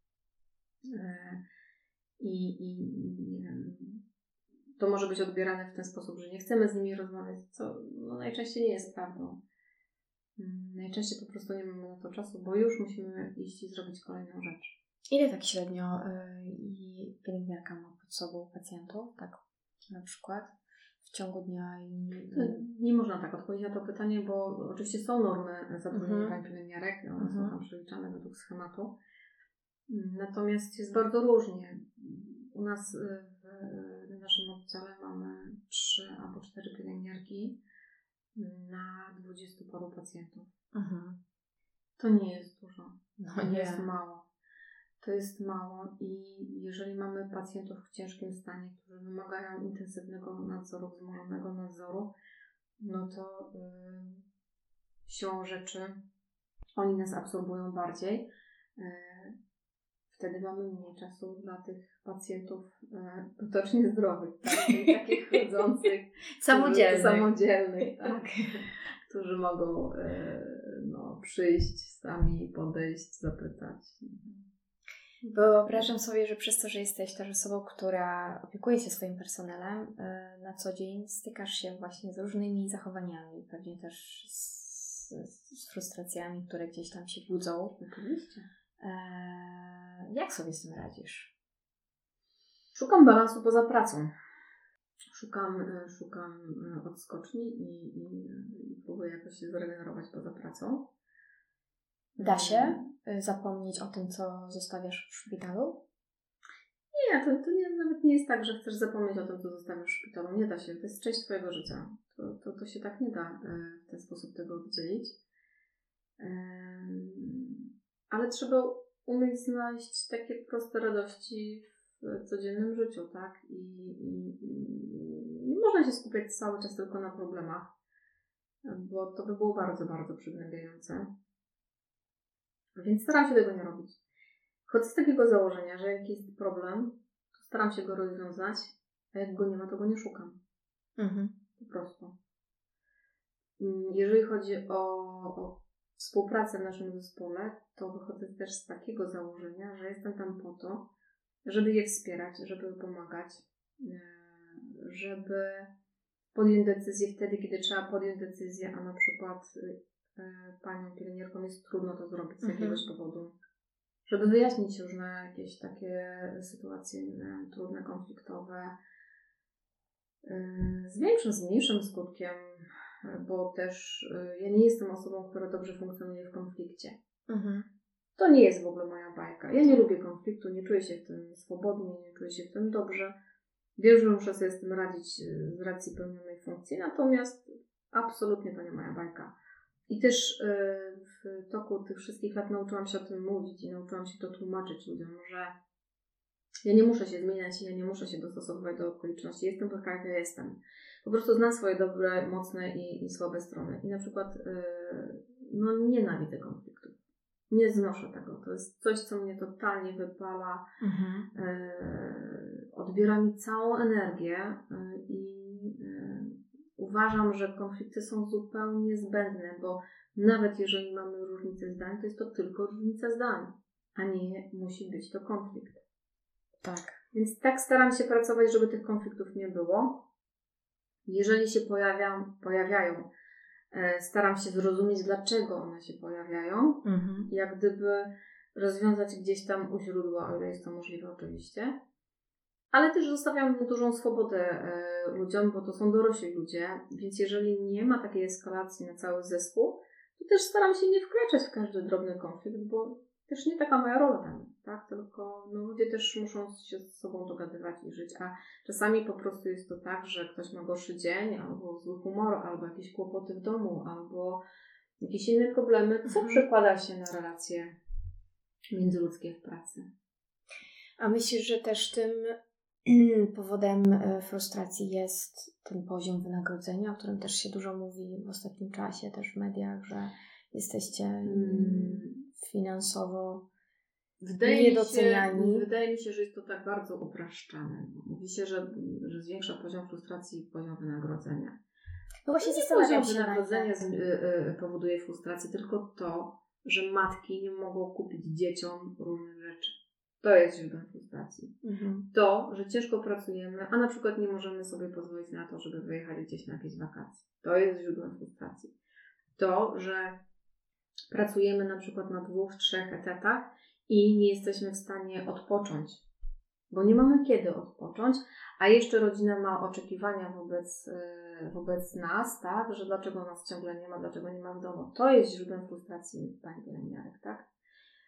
S2: i, i nie wiem, to może być odbierane w ten sposób, że nie chcemy z nimi rozmawiać, co no, najczęściej nie jest prawdą. Najczęściej po prostu nie mamy na to czasu, bo już musimy iść i zrobić kolejną rzecz.
S1: Ile tak średnio i pielęgniarka ma pod sobą pacjentów, tak na przykład w ciągu dnia? I
S2: nie można tak odpowiedzieć na to pytanie, bo oczywiście są normy zatrudnienia mm-hmm. pielęgniarek, one mm-hmm. są tam przeliczane według schematu. Natomiast jest bardzo różnie. U nas w, w naszym oddziale mamy trzy albo cztery pielęgniarki na dwudziestu paru pacjentów. Mm-hmm. To nie jest dużo.
S1: No
S2: to nie,
S1: nie
S2: jest mało. To jest mało i jeżeli mamy pacjentów w ciężkim stanie, którzy wymagają intensywnego nadzoru, wzmożonego nadzoru, no to yy, siłą rzeczy oni nas absorbują bardziej. Yy, wtedy mamy mniej czasu dla tych pacjentów yy, potocznie zdrowych, tak? Czyli takich chodzących,
S1: samodzielnych,
S2: samodzielnych tak? Którzy mogą yy, no, przyjść sami, podejść, zapytać.
S1: Wyobrażam sobie, że przez to, że jesteś też osobą, która opiekuje się swoim personelem, na co dzień stykasz się właśnie z różnymi zachowaniami, pewnie też z, z frustracjami, które gdzieś tam się budzą.
S2: Oczywiście.
S1: Jak sobie z tym radzisz?
S2: Szukam balansu poza pracą. Szukam, szukam odskoczni i, i, i próbuję jakoś się zregenerować poza pracą.
S1: Da się zapomnieć o tym, co zostawiasz w szpitalu?
S2: Nie, to, to nie, nawet nie jest tak, że chcesz zapomnieć o tym, co zostawiasz w szpitalu. Nie da się. To jest część twojego życia. To, to, to się tak nie da w ten sposób tego oddzielić. Ale trzeba umieć znaleźć takie proste radości w codziennym życiu, tak? I, i, i nie można się skupiać cały czas tylko na problemach, bo to by było bardzo, bardzo przygnębiające. Więc staram się tego nie robić. Chodzę z takiego założenia, że jak jest problem, to staram się go rozwiązać, a jak go nie ma, to go nie szukam.
S1: Mhm.
S2: Po prostu. Jeżeli chodzi o, o współpracę w naszym zespole, to wychodzę też z takiego założenia, że jestem tam po to, żeby je wspierać, żeby pomagać, żeby podjąć decyzję wtedy, kiedy trzeba podjąć decyzję, a na przykład panią pielęgniarką jest trudno to zrobić z
S1: mhm.
S2: jakiegoś powodu. Żeby wyjaśnić różne jakieś takie sytuacje, nie wiem, trudne, konfliktowe, z większym, z mniejszym skutkiem, bo też ja nie jestem osobą, która dobrze funkcjonuje w konflikcie.
S1: Mhm.
S2: To nie jest w ogóle moja bajka. Ja nie lubię konfliktu, nie czuję się w tym swobodnie, nie czuję się w tym dobrze. Wiem, że muszę sobie z tym radzić z racji pełnionej funkcji, natomiast absolutnie to nie moja bajka. I też w toku tych wszystkich lat nauczyłam się o tym mówić i nauczyłam się to tłumaczyć ludziom, że ja nie muszę się zmieniać i ja nie muszę się dostosowywać do okoliczności. Jestem taka, jaka ja jestem. Po prostu znam swoje dobre, mocne i, i słabe strony. I na przykład no nienawidzę konfliktów. Nie znoszę tego. To jest coś, co mnie totalnie wypala.
S1: Mhm.
S2: Odbiera mi całą energię i uważam, że konflikty są zupełnie zbędne, bo nawet jeżeli mamy różnicę zdań, to jest to tylko różnica zdań, a nie musi być to konflikt.
S1: Tak.
S2: Więc tak staram się pracować, żeby tych konfliktów nie było. Jeżeli się pojawiam, pojawiają, staram się zrozumieć, dlaczego one się pojawiają,
S1: mhm.
S2: jak gdyby rozwiązać gdzieś tam u źródła, o ile jest to możliwe oczywiście. Ale też zostawiam dużą swobodę e, ludziom, bo to są dorośli ludzie, więc jeżeli nie ma takiej eskalacji na cały zespół, to też staram się nie wkraczać w każdy drobny konflikt, bo też nie taka moja rola tam, tak? Tylko no, ludzie też muszą się z sobą dogadywać i żyć, a czasami po prostu jest to tak, że ktoś ma gorszy dzień, albo zły humor, albo jakieś kłopoty w domu, albo jakieś inne problemy, co
S1: mhm.
S2: przekłada się na relacje międzyludzkie w pracy.
S1: A myślisz, że też tym powodem frustracji jest ten poziom wynagrodzenia, o którym też się dużo mówi w ostatnim czasie, też w mediach, że jesteście hmm. finansowo
S2: wydaje
S1: niedoceniani.
S2: Mi się, wydaje mi się, że jest to tak bardzo upraszczane. Mówi się, że, że zwiększa poziom frustracji poziom wynagrodzenia.
S1: No właśnie
S2: nie
S1: zastanawiam
S2: poziom
S1: się
S2: wynagrodzenia z, y, y, powoduje frustrację, tylko to, że matki nie mogą kupić dzieciom różnych rzeczy. To jest źródłem frustracji.
S1: Mhm.
S2: To, że ciężko pracujemy, a na przykład nie możemy sobie pozwolić na to, żeby wyjechać gdzieś na jakieś wakacje. To jest źródłem frustracji. To, że pracujemy na przykład na dwóch, trzech etatach i nie jesteśmy w stanie odpocząć, bo nie mamy kiedy odpocząć, a jeszcze rodzina ma oczekiwania wobec, wobec nas, tak, że dlaczego nas ciągle nie ma, dlaczego nie ma w domu. To jest źródłem frustracji pań pielęgniarek, tak?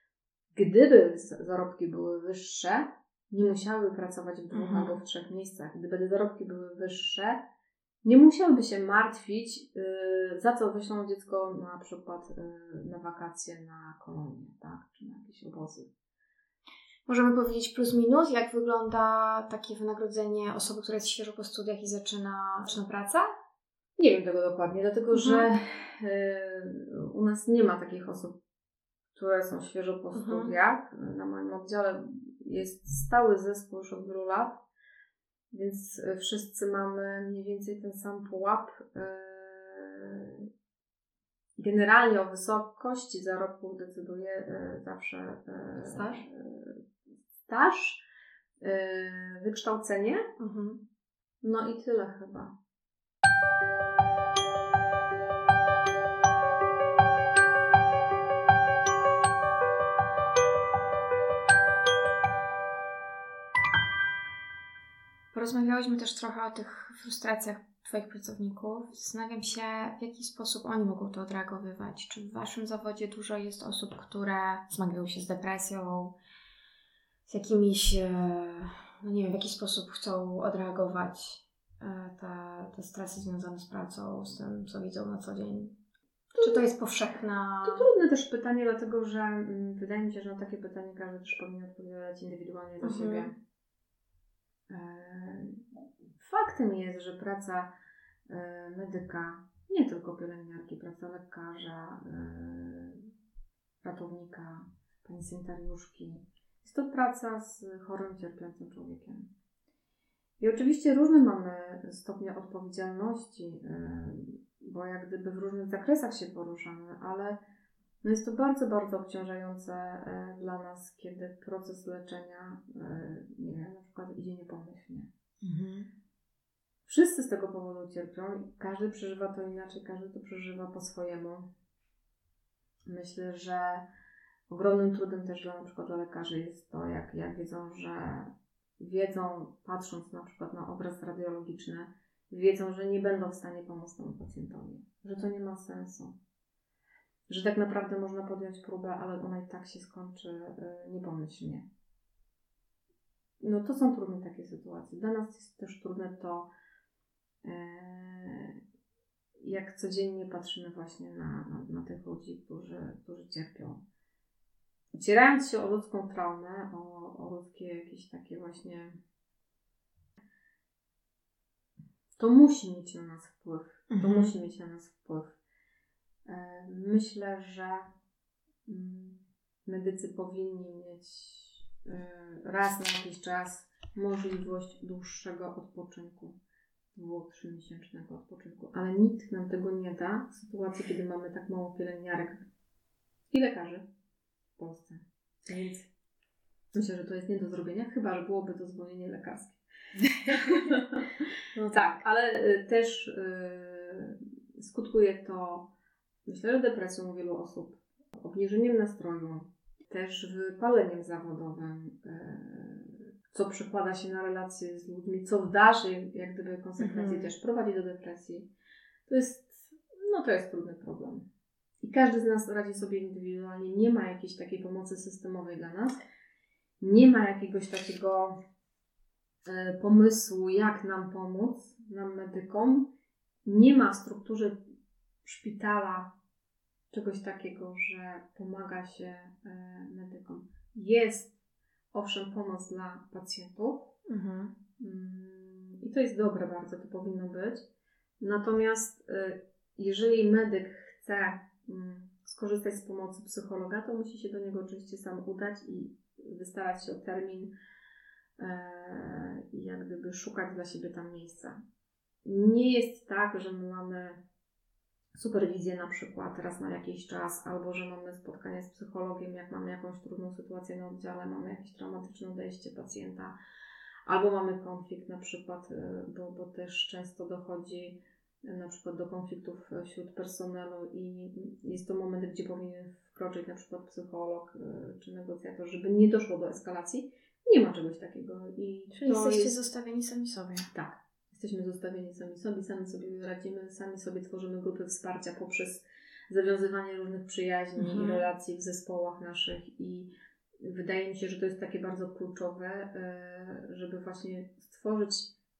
S2: Gdyby zarobki były wyższe, nie musiały pracować w dwóch mhm. albo w trzech miejscach. Gdyby te zarobki były wyższe, nie musiałyby się martwić, yy, za co wyślą dziecko na przykład yy, na wakacje, na kolonię, tak? Czy na jakieś obozy.
S1: Możemy powiedzieć plus minus, jak wygląda takie wynagrodzenie osoby, która jest świeżo po studiach i zaczyna, zaczyna pracę?
S2: Nie wiem tego dokładnie, dlatego
S1: mhm.
S2: że y, u nas nie ma takich osób, które są świeżo po studiach. Mhm. Na moim oddziale jest stały zespół już od wielu lat, więc wszyscy mamy mniej więcej ten sam pułap. Y, generalnie o wysokości zarobków decyduje y, zawsze y,
S1: staż,
S2: staż y, wykształcenie.
S1: Mhm.
S2: No i tyle chyba.
S1: Porozmawiałyśmy też trochę o tych frustracjach Twoich pracowników. Zastanawiam się, w jaki sposób oni mogą to odreagowywać. Czy w Waszym zawodzie dużo jest osób, które zmagają się z depresją, z jakimiś, no nie wiem, w jaki sposób chcą odreagować te, te stresy związane z pracą, z tym, co widzą na co dzień? Czy to jest powszechna...
S2: To trudne też pytanie, dlatego że mm, wydaje mi się, że na takie pytanie każdy też powinien odpowiadać indywidualnie za mhm. siebie. Faktem jest, że praca medyka, nie tylko pielęgniarki, praca lekarza, ratownika, pani sanitariuszki, jest to praca z chorym, cierpiącym człowiekiem. I oczywiście różne mamy stopnie odpowiedzialności, bo jak gdyby w różnych zakresach się poruszamy, ale no jest to bardzo, bardzo obciążające dla nas, kiedy proces leczenia, nie wiem, na przykład idzie niepomyślnie. Mhm. Wszyscy z tego powodu cierpią i każdy przeżywa to inaczej, każdy to przeżywa po swojemu. Myślę, że ogromnym trudem też dla, na przykład dla lekarzy jest to, jak, jak wiedzą, że wiedzą, patrząc na przykład na obraz radiologiczny, wiedzą, że nie będą w stanie pomóc temu pacjentowi, że to nie ma sensu. Że tak naprawdę można podjąć próbę, ale ona i tak się skończy y, niepomyślnie. No to są trudne takie sytuacje. Dla nas jest też trudne to, y, jak codziennie patrzymy właśnie na, na, na tych ludzi, którzy, którzy cierpią. Ocierając się o ludzką traumę, o, o ludzkie jakieś takie właśnie... To musi mieć na nas wpływ. Mhm. To musi mieć na nas wpływ. Myślę, że medycy powinni mieć raz na jakiś czas możliwość dłuższego odpoczynku, dwu-, trzymiesięcznego odpoczynku, ale nikt nam tego nie da w sytuacji, kiedy mamy tak mało pielęgniarek i lekarzy w Polsce. Więc myślę, że to jest nie do zrobienia, chyba że byłoby to zwolnienie lekarskie. No tak, ale też yy, skutkuje to, myślę, że depresją wielu osób, obniżeniem nastroju, też wypaleniem zawodowym, co przekłada się na relacje z ludźmi, co w dalszej jak gdyby konsekwencji mm-hmm. też prowadzi do depresji. To jest, no to jest trudny problem. I każdy z nas radzi sobie indywidualnie, nie ma jakiejś takiej pomocy systemowej dla nas, nie ma jakiegoś takiego e, pomysłu, jak nam pomóc, nam medykom, nie ma w strukturze szpitala czegoś takiego, że pomaga się e, medykom. Jest owszem pomoc dla pacjentów mhm. mm, i to jest dobre bardzo, to powinno być. Natomiast e, jeżeli medyk chce mm, skorzystać z pomocy psychologa, to musi się do niego oczywiście sam udać i wystarać się o termin e, i jak gdyby szukać dla siebie tam miejsca. Nie jest tak, że my mamy superwizję na przykład raz na jakiś czas, albo że mamy spotkanie z psychologiem, jak mamy jakąś trudną sytuację na oddziale, mamy jakieś traumatyczne odejście pacjenta, albo mamy konflikt na przykład, bo, bo też często dochodzi na przykład do konfliktów wśród personelu i jest to moment, gdzie powinien wkroczyć na przykład psycholog czy negocjator, żeby nie doszło do eskalacji. Nie ma czegoś takiego. I
S1: Czyli
S2: to
S1: jesteście
S2: jest...
S1: zostawieni sami sobie.
S2: Tak. Jesteśmy zostawieni sami sobie, sami sobie radzimy, sami sobie tworzymy grupy wsparcia poprzez zawiązywanie różnych przyjaźni mhm. i relacji w zespołach naszych i wydaje mi się, że to jest takie bardzo kluczowe, żeby właśnie stworzyć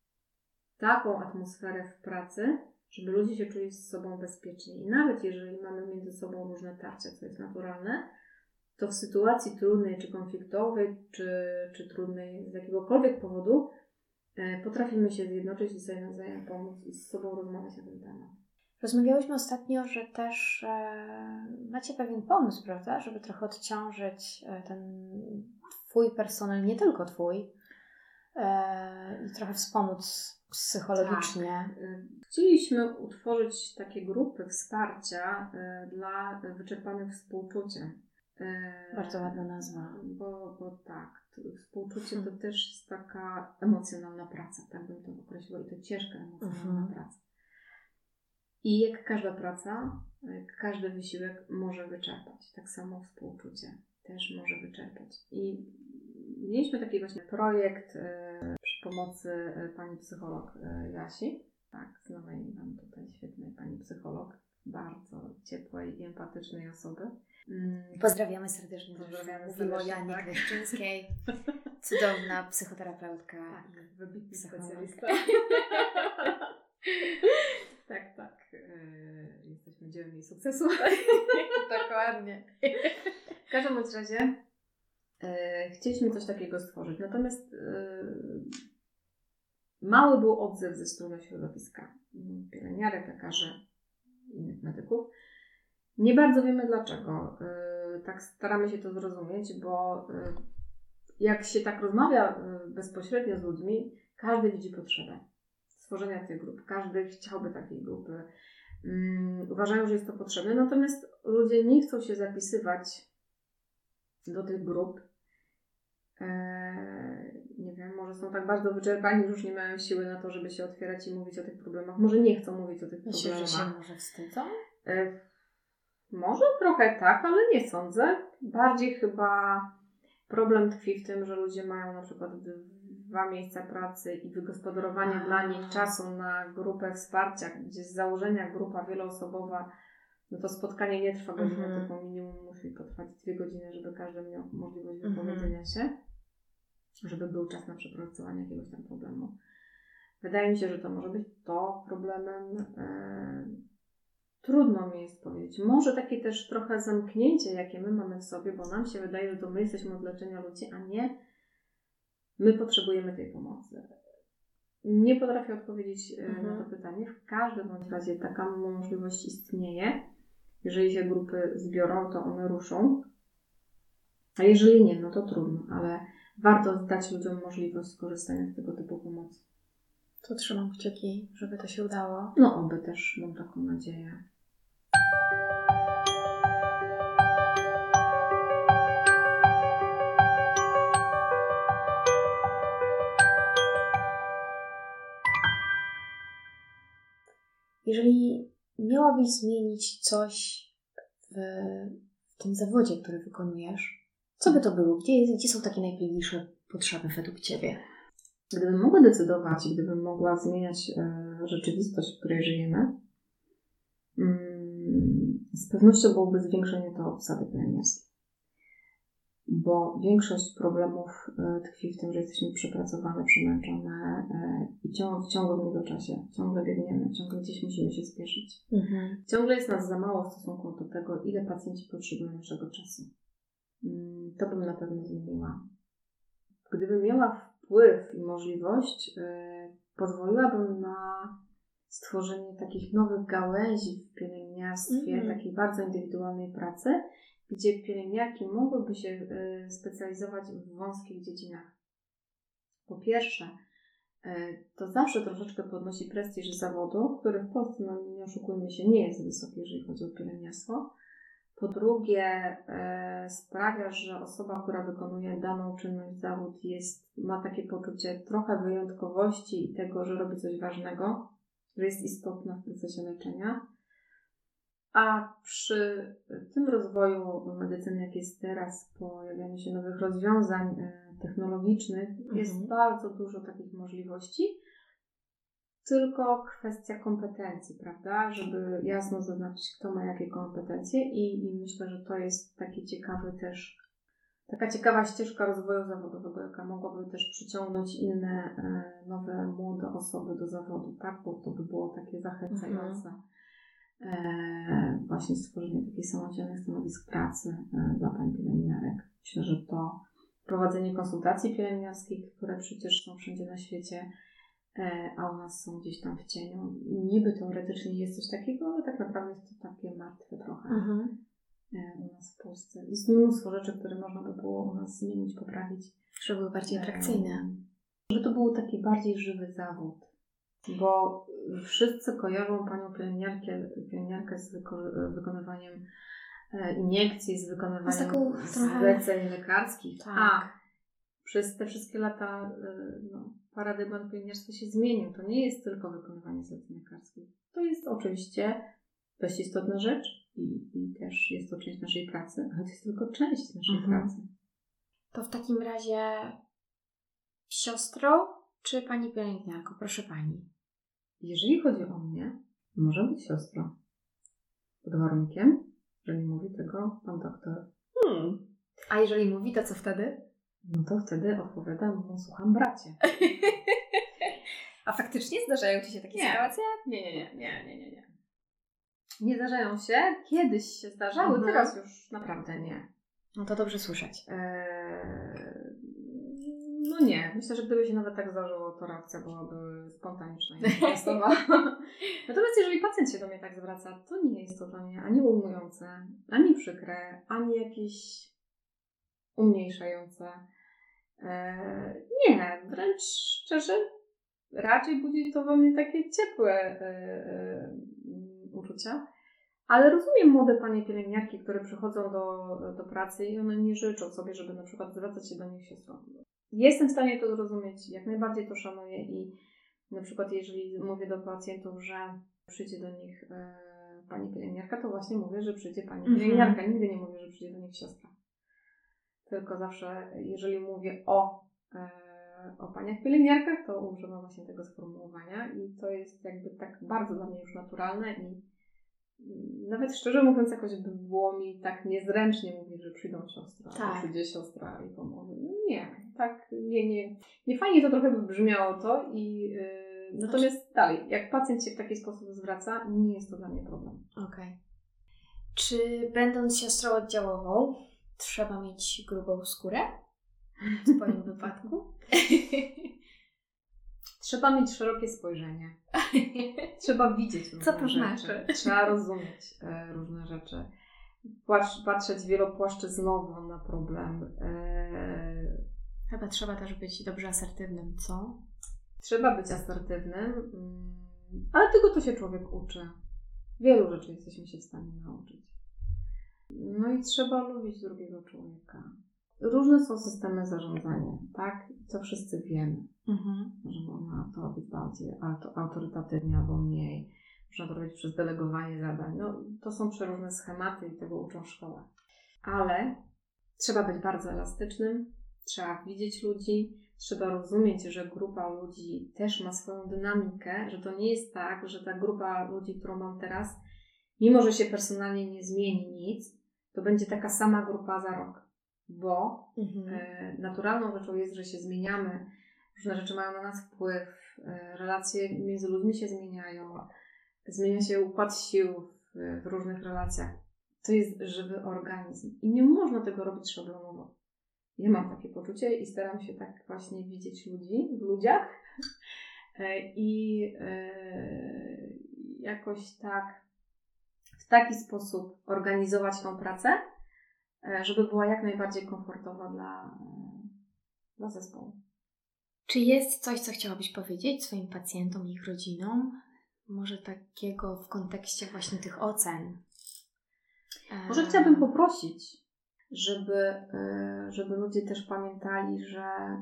S2: taką atmosferę w pracy, żeby ludzie się czuli z sobą bezpiecznie. I nawet jeżeli mamy między sobą różne tarcia, co jest naturalne, to w sytuacji trudnej czy konfliktowej, czy, czy trudnej z jakiegokolwiek powodu, potrafimy się zjednoczyć i sobie nawzajem pomóc i z sobą rozmawiać na ten temat.
S1: Rozmawiałyśmy ostatnio, że też e, macie pewien pomysł, prawda, żeby trochę odciążyć e, ten Twój personel, nie tylko Twój, e, i trochę wspomóc psychologicznie.
S2: Tak. Chcieliśmy utworzyć takie grupy wsparcia e, dla wyczerpanych współczuciem. E,
S1: Bardzo ładna nazwa.
S2: Bo, bo tak, współczucie to też jest taka emocjonalna praca, tak bym to określiła, i to ciężka emocjonalna
S1: Mhm.
S2: praca. I jak każda praca, jak każdy wysiłek może wyczerpać. Tak samo współczucie też może wyczerpać. I mieliśmy taki właśnie projekt e, przy pomocy e, pani psycholog e, Jasi. Tak, znanej nam tutaj świetnej pani psycholog, bardzo ciepłej i empatycznej osoby.
S1: Mm. Pozdrawiamy serdecznie.
S2: Pozdrawiamy
S1: serdecznie. Mówimy o Janie
S2: tak.
S1: Kleszczyńskiej. Cudowna psychoterapeutka.
S2: Tak, wybitny
S1: psycholog.
S2: specjalista. Tak, tak. Yy, jesteśmy dziełem jej sukcesu.
S1: Dokładnie.
S2: W każdym bądź razie yy, chcieliśmy coś takiego stworzyć. Natomiast yy, mały był odzew ze strony środowiska. Pielęgniarek, lekarzy, innych medyków. Nie bardzo wiemy dlaczego. Yy, tak staramy się to zrozumieć, bo yy, jak się tak rozmawia yy, bezpośrednio z ludźmi, każdy widzi potrzebę stworzenia tych grup. Każdy chciałby takiej grupy. Um, uważają, że jest to potrzebne. Natomiast ludzie nie chcą się zapisywać do tych grup. Eee, nie wiem, może są tak bardzo wyczerpani, że już nie mają siły na to, żeby się otwierać i mówić o tych problemach. Może nie chcą mówić o tych
S1: Myślisz,
S2: problemach.
S1: że się może wstydzą?
S2: Eee, może trochę tak, ale nie sądzę. Bardziej chyba problem tkwi w tym, że ludzie mają na przykład dwa miejsca pracy i wygospodarowanie A. dla nich czasu na grupę wsparcia, gdzie z założenia grupa wieloosobowa, no to spotkanie nie trwa godzinę, mm-hmm. tylko minimum musi potrwać dwie godziny, żeby każdy miał możliwość wypowiedzenia mm-hmm. się, żeby był czas na przepracowanie jakiegoś tam problemu. Wydaje mi się, że to może być to problemem. E, trudno mi jest powiedzieć. Może takie też trochę zamknięcie, jakie my mamy w sobie, bo nam się wydaje, że to my jesteśmy od leczenia ludzi, a nie my potrzebujemy tej pomocy. Nie potrafię odpowiedzieć mhm. na to pytanie. W każdym bądź razie taka możliwość istnieje. Jeżeli się grupy zbiorą, to one ruszą. A jeżeli nie, no to trudno. Ale warto dać ludziom możliwość skorzystania z tego typu pomocy.
S1: To trzymam kciuki, żeby to się udało.
S2: No oby też, mam taką nadzieję.
S1: Jeżeli miałabyś zmienić coś w, w tym zawodzie, który wykonujesz, co by to było? Gdzie, gdzie są takie najpilniejsze potrzeby według Ciebie?
S2: Gdybym mogła decydować i gdybym mogła zmieniać e, rzeczywistość, w której żyjemy, mm, z pewnością byłoby zwiększenie to obsady pielęgniarskiej. Bo większość problemów e, tkwi w tym, że jesteśmy przepracowane, przemęczone e, i ciąg, w ciągłym niedoczasie. Ciągle biegniemy, ciągle gdzieś musimy się spieszyć. Mhm. Ciągle jest nas za mało w stosunku do tego, ile pacjenci potrzebują naszego czasu. Mm, to bym na pewno zmieniła. Gdybym miała wpływ i możliwość, yy, pozwoliłabym na stworzenie takich nowych gałęzi w pielęgniarstwie, mm-hmm. takiej bardzo indywidualnej pracy, gdzie pielęgniarki mogłyby się yy, specjalizować w wąskich dziedzinach. Po pierwsze, yy, to zawsze troszeczkę podnosi prestiż zawodu, który w Polsce, no nie oszukujmy się, nie jest wysoki, jeżeli chodzi o pielęgniarstwo. Po drugie, e, sprawia, że osoba, która wykonuje daną czynność, zawód jest, ma takie poczucie trochę wyjątkowości i tego, że robi coś ważnego, że jest istotna w procesie leczenia. A przy tym rozwoju medycyny, jak jest teraz, pojawianiu się nowych rozwiązań e, technologicznych, mhm. jest bardzo dużo takich możliwości. Tylko kwestia kompetencji, prawda? Żeby jasno zaznaczyć, kto ma jakie kompetencje i, i myślę, że to jest taki ciekawy też, taka ciekawa ścieżka rozwoju zawodowego, jaka mogłaby też przyciągnąć inne e, nowe, młode osoby do zawodu, tak? Bo to by było takie zachęcające. Mhm. E, właśnie stworzenie takich samodzielnych stanowisk pracy e, dla pań pielęgniarek. Myślę, że to, prowadzenie konsultacji pielęgniarskich, które przecież są wszędzie na świecie, a u nas są gdzieś tam w cieniu. Niby teoretycznie jest coś takiego, ale tak naprawdę jest to takie martwe trochę mhm. u nas w Polsce. Jest mnóstwo rzeczy, które można by było u nas zmienić, poprawić.
S1: Żeby były bardziej atrakcyjne.
S2: Żeby to był taki bardziej żywy zawód. Bo wszyscy kojarzą panią pielęgniarkę, pielęgniarkę z wyko- wykonywaniem iniekcji, z wykonywaniem z taką, zleceń lekarskich.
S1: Tak.
S2: A przez te wszystkie lata no, paradygmat pielęgniarstwa się zmienił. To nie jest tylko wykonywanie zleceń lekarskich. To jest oczywiście dość istotna rzecz i, i też jest to część naszej pracy, ale to jest tylko część naszej mhm. pracy.
S1: To w takim razie siostro czy pani pielęgniarko? Proszę pani.
S2: Jeżeli chodzi o mnie, może być siostro. Pod warunkiem, że nie mówi tego pan doktor.
S1: Hmm. A jeżeli mówi, to co wtedy?
S2: No to wtedy odpowiadam mu, słucham bracie.
S1: A faktycznie zdarzają Ci się takie nie. sytuacje?
S2: Nie, nie, nie, nie, nie, nie, nie. Nie zdarzają się. Kiedyś się zdarzały, mhm. teraz już naprawdę nie.
S1: No to dobrze słyszeć.
S2: Eee, no nie. Myślę, że gdyby się nawet tak zdarzyło, to reakcja byłaby spontaniczna i nieprostowa. Natomiast jeżeli pacjent się do mnie tak zwraca, to nie jest to dla mnie ani ujmujące, ani przykre, ani jakieś umniejszające. Eee, nie, wręcz szczerze, raczej budzi to we mnie takie ciepłe e, e, uczucia. Ale rozumiem młode panie pielęgniarki, które przychodzą do, do pracy i one nie życzą sobie, żeby na przykład zwracać się do nich siostrą. Jestem w stanie to zrozumieć, jak najbardziej to szanuję i na przykład jeżeli mówię do pacjentów, że przyjdzie do nich e, pani pielęgniarka, to właśnie mówię, że przyjdzie pani mm-hmm. pielęgniarka. Nigdy nie mówię, że przyjdzie do nich siostra. Tylko zawsze, jeżeli mówię o, e, o paniach pielęgniarkach, to używam właśnie tego sformułowania i to jest jakby tak bardzo dla mnie już naturalne i nawet szczerze mówiąc, jakoś by było mi tak niezręcznie mówić, że przyjdą siostra, tak. przyjdzie siostra i pomoże. Nie, tak, nie, nie. Nie fajnie to trochę by brzmiało to i yy, natomiast dalej, jak pacjent się w taki sposób zwraca, nie jest to dla mnie problem.
S1: Okej. Okay. Czy będąc siostrą oddziałową trzeba mieć grubą skórę? W Twoim wypadku?
S2: Trzeba mieć szerokie spojrzenie. Trzeba widzieć różne
S1: Co to
S2: rzeczy.
S1: znaczy?
S2: Trzeba rozumieć e, różne rzeczy. Patrz, patrzeć wielopłaszczyznowo na problem. E...
S1: Chyba trzeba też być dobrze asertywnym, co?
S2: Trzeba być asertywnym, ale tego to się człowiek uczy. Wielu rzeczy jesteśmy się w stanie nauczyć. No i trzeba lubić drugiego człowieka. Różne są systemy zarządzania, tak? Co wszyscy wiemy. Mhm. Że można to robić bardziej autorytatywnie albo mniej. Można to robić przez delegowanie zadań. No, to są przeróżne schematy i tego uczą w szkołach. Ale trzeba być bardzo elastycznym, trzeba widzieć ludzi, trzeba rozumieć, że grupa ludzi też ma swoją dynamikę, że to nie jest tak, że ta grupa ludzi, którą mam teraz, mimo że się personalnie nie zmieni nic, to będzie taka sama grupa za rok. Bo mhm. e, naturalną rzeczą jest, że się zmieniamy, różne rzeczy mają na nas wpływ, e, relacje między ludźmi się zmieniają, zmienia się układ sił w, w różnych relacjach. To jest żywy organizm i nie można tego robić szablonowo. Ja mam takie poczucie i staram się tak właśnie widzieć ludzi w ludziach e, i e, jakoś tak w taki sposób organizować tą pracę, żeby była jak najbardziej komfortowa dla, dla zespołu.
S1: Czy jest coś, co chciałabyś powiedzieć swoim pacjentom i ich rodzinom? Może takiego w kontekście właśnie tych ocen?
S2: Może chciałabym poprosić, żeby, żeby ludzie też pamiętali, że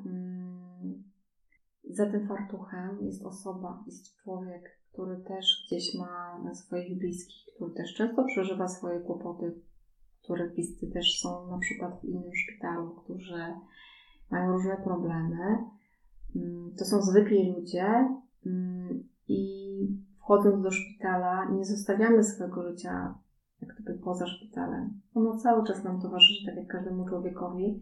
S2: za tym fartuchem jest osoba, jest człowiek, który też gdzieś ma swoich bliskich, który też często przeżywa swoje kłopoty, których bliscy też są na przykład w innym szpitalu, którzy mają różne problemy. To są zwykli ludzie i wchodząc do szpitala nie zostawiamy swojego życia jak gdyby poza szpitalem. Ono cały czas nam towarzyszy, tak jak każdemu człowiekowi.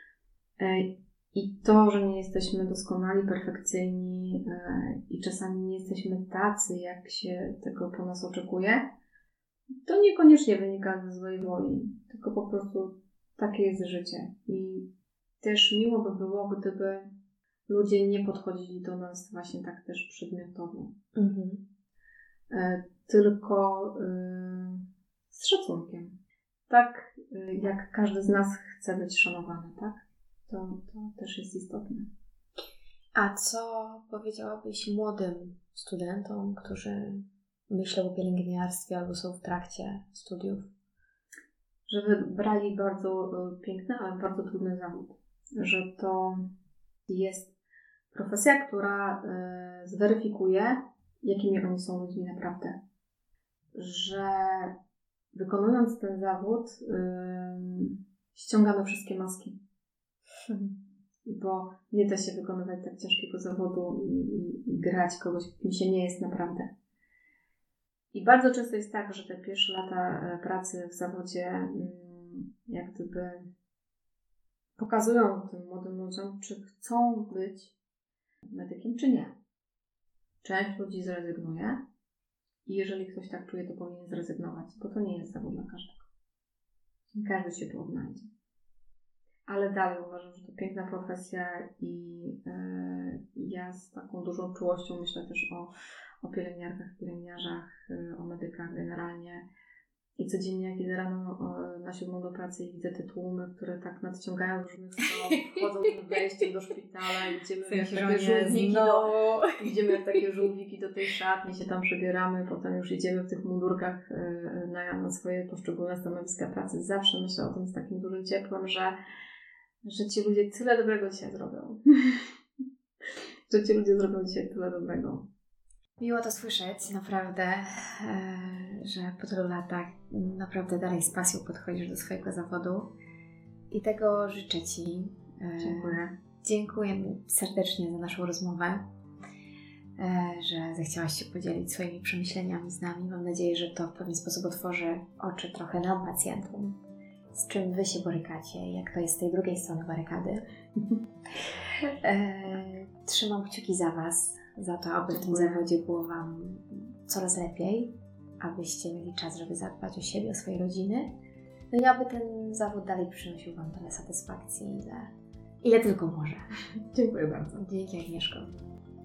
S2: I to, że nie jesteśmy doskonali, perfekcyjni i czasami nie jesteśmy tacy, jak się tego po nas oczekuje, to niekoniecznie wynika ze złej woli, tylko po prostu takie jest życie. I też miło by było, gdyby ludzie nie podchodzili do nas właśnie tak też przedmiotowo. Mhm. E, tylko y, z szacunkiem. Tak y, jak każdy z nas chce być szanowany, tak? To, to też jest istotne.
S1: A co powiedziałabyś młodym studentom, którzy myślą o pielęgniarstwie albo są w trakcie studiów?
S2: Że wybrali bardzo piękny, ale bardzo trudny zawód. Że to jest profesja, która y, zweryfikuje, jakimi oni są ludźmi naprawdę. Że wykonując ten zawód y, ściągamy wszystkie maski. Bo nie da się wykonywać tak ciężkiego zawodu i, i, i grać kogoś, kim się nie jest naprawdę. I bardzo często jest tak, że te pierwsze lata pracy w zawodzie jak gdyby pokazują tym młodym ludziom, czy chcą być medykiem, czy nie. Część ludzi zrezygnuje i jeżeli ktoś tak czuje, to powinien zrezygnować, bo to nie jest zawód dla każdego. Każdy się tu odnajdzie. Ale dalej uważam, że to piękna profesja i yy, ja z taką dużą czułością myślę też o, o pielęgniarkach, pielęgniarzach, yy, o medykach generalnie. I codziennie jak idę rano o, na siódmą do pracy i widzę te tłumy, które tak nadciągają z różnych stron, wchodzą tym wejściem do szpitala, idziemy w sensie, jak takie żółwiki do, idziemy jak takie żółwiki do tej szatni, się tam przebieramy, potem już idziemy w tych mundurkach yy, na, na swoje poszczególne stanowiska pracy. Zawsze myślę o tym z takim dużym ciepłem, że że ci ludzie tyle dobrego dzisiaj zrobią. że ci ludzie zrobią dzisiaj tyle dobrego.
S1: Miło to słyszeć, naprawdę, że po tylu latach naprawdę dalej z pasją podchodzisz do swojego zawodu i tego życzę Ci.
S2: Dziękuję.
S1: Dziękuję serdecznie za naszą rozmowę, że zechciałaś się podzielić swoimi przemyśleniami z nami. Mam nadzieję, że to w pewien sposób otworzy oczy trochę nam, pacjentom, z czym Wy się borykacie, jak to jest z tej drugiej strony barykady. e, trzymam kciuki za Was, za to, aby w tym zawodzie było Wam coraz lepiej, abyście mieli czas, żeby zadbać o siebie, o swoje rodziny, no i aby ten zawód dalej przynosił Wam tyle satysfakcji, ile, ile tylko może.
S2: Dziękuję bardzo.
S1: Dzięki, Agnieszko.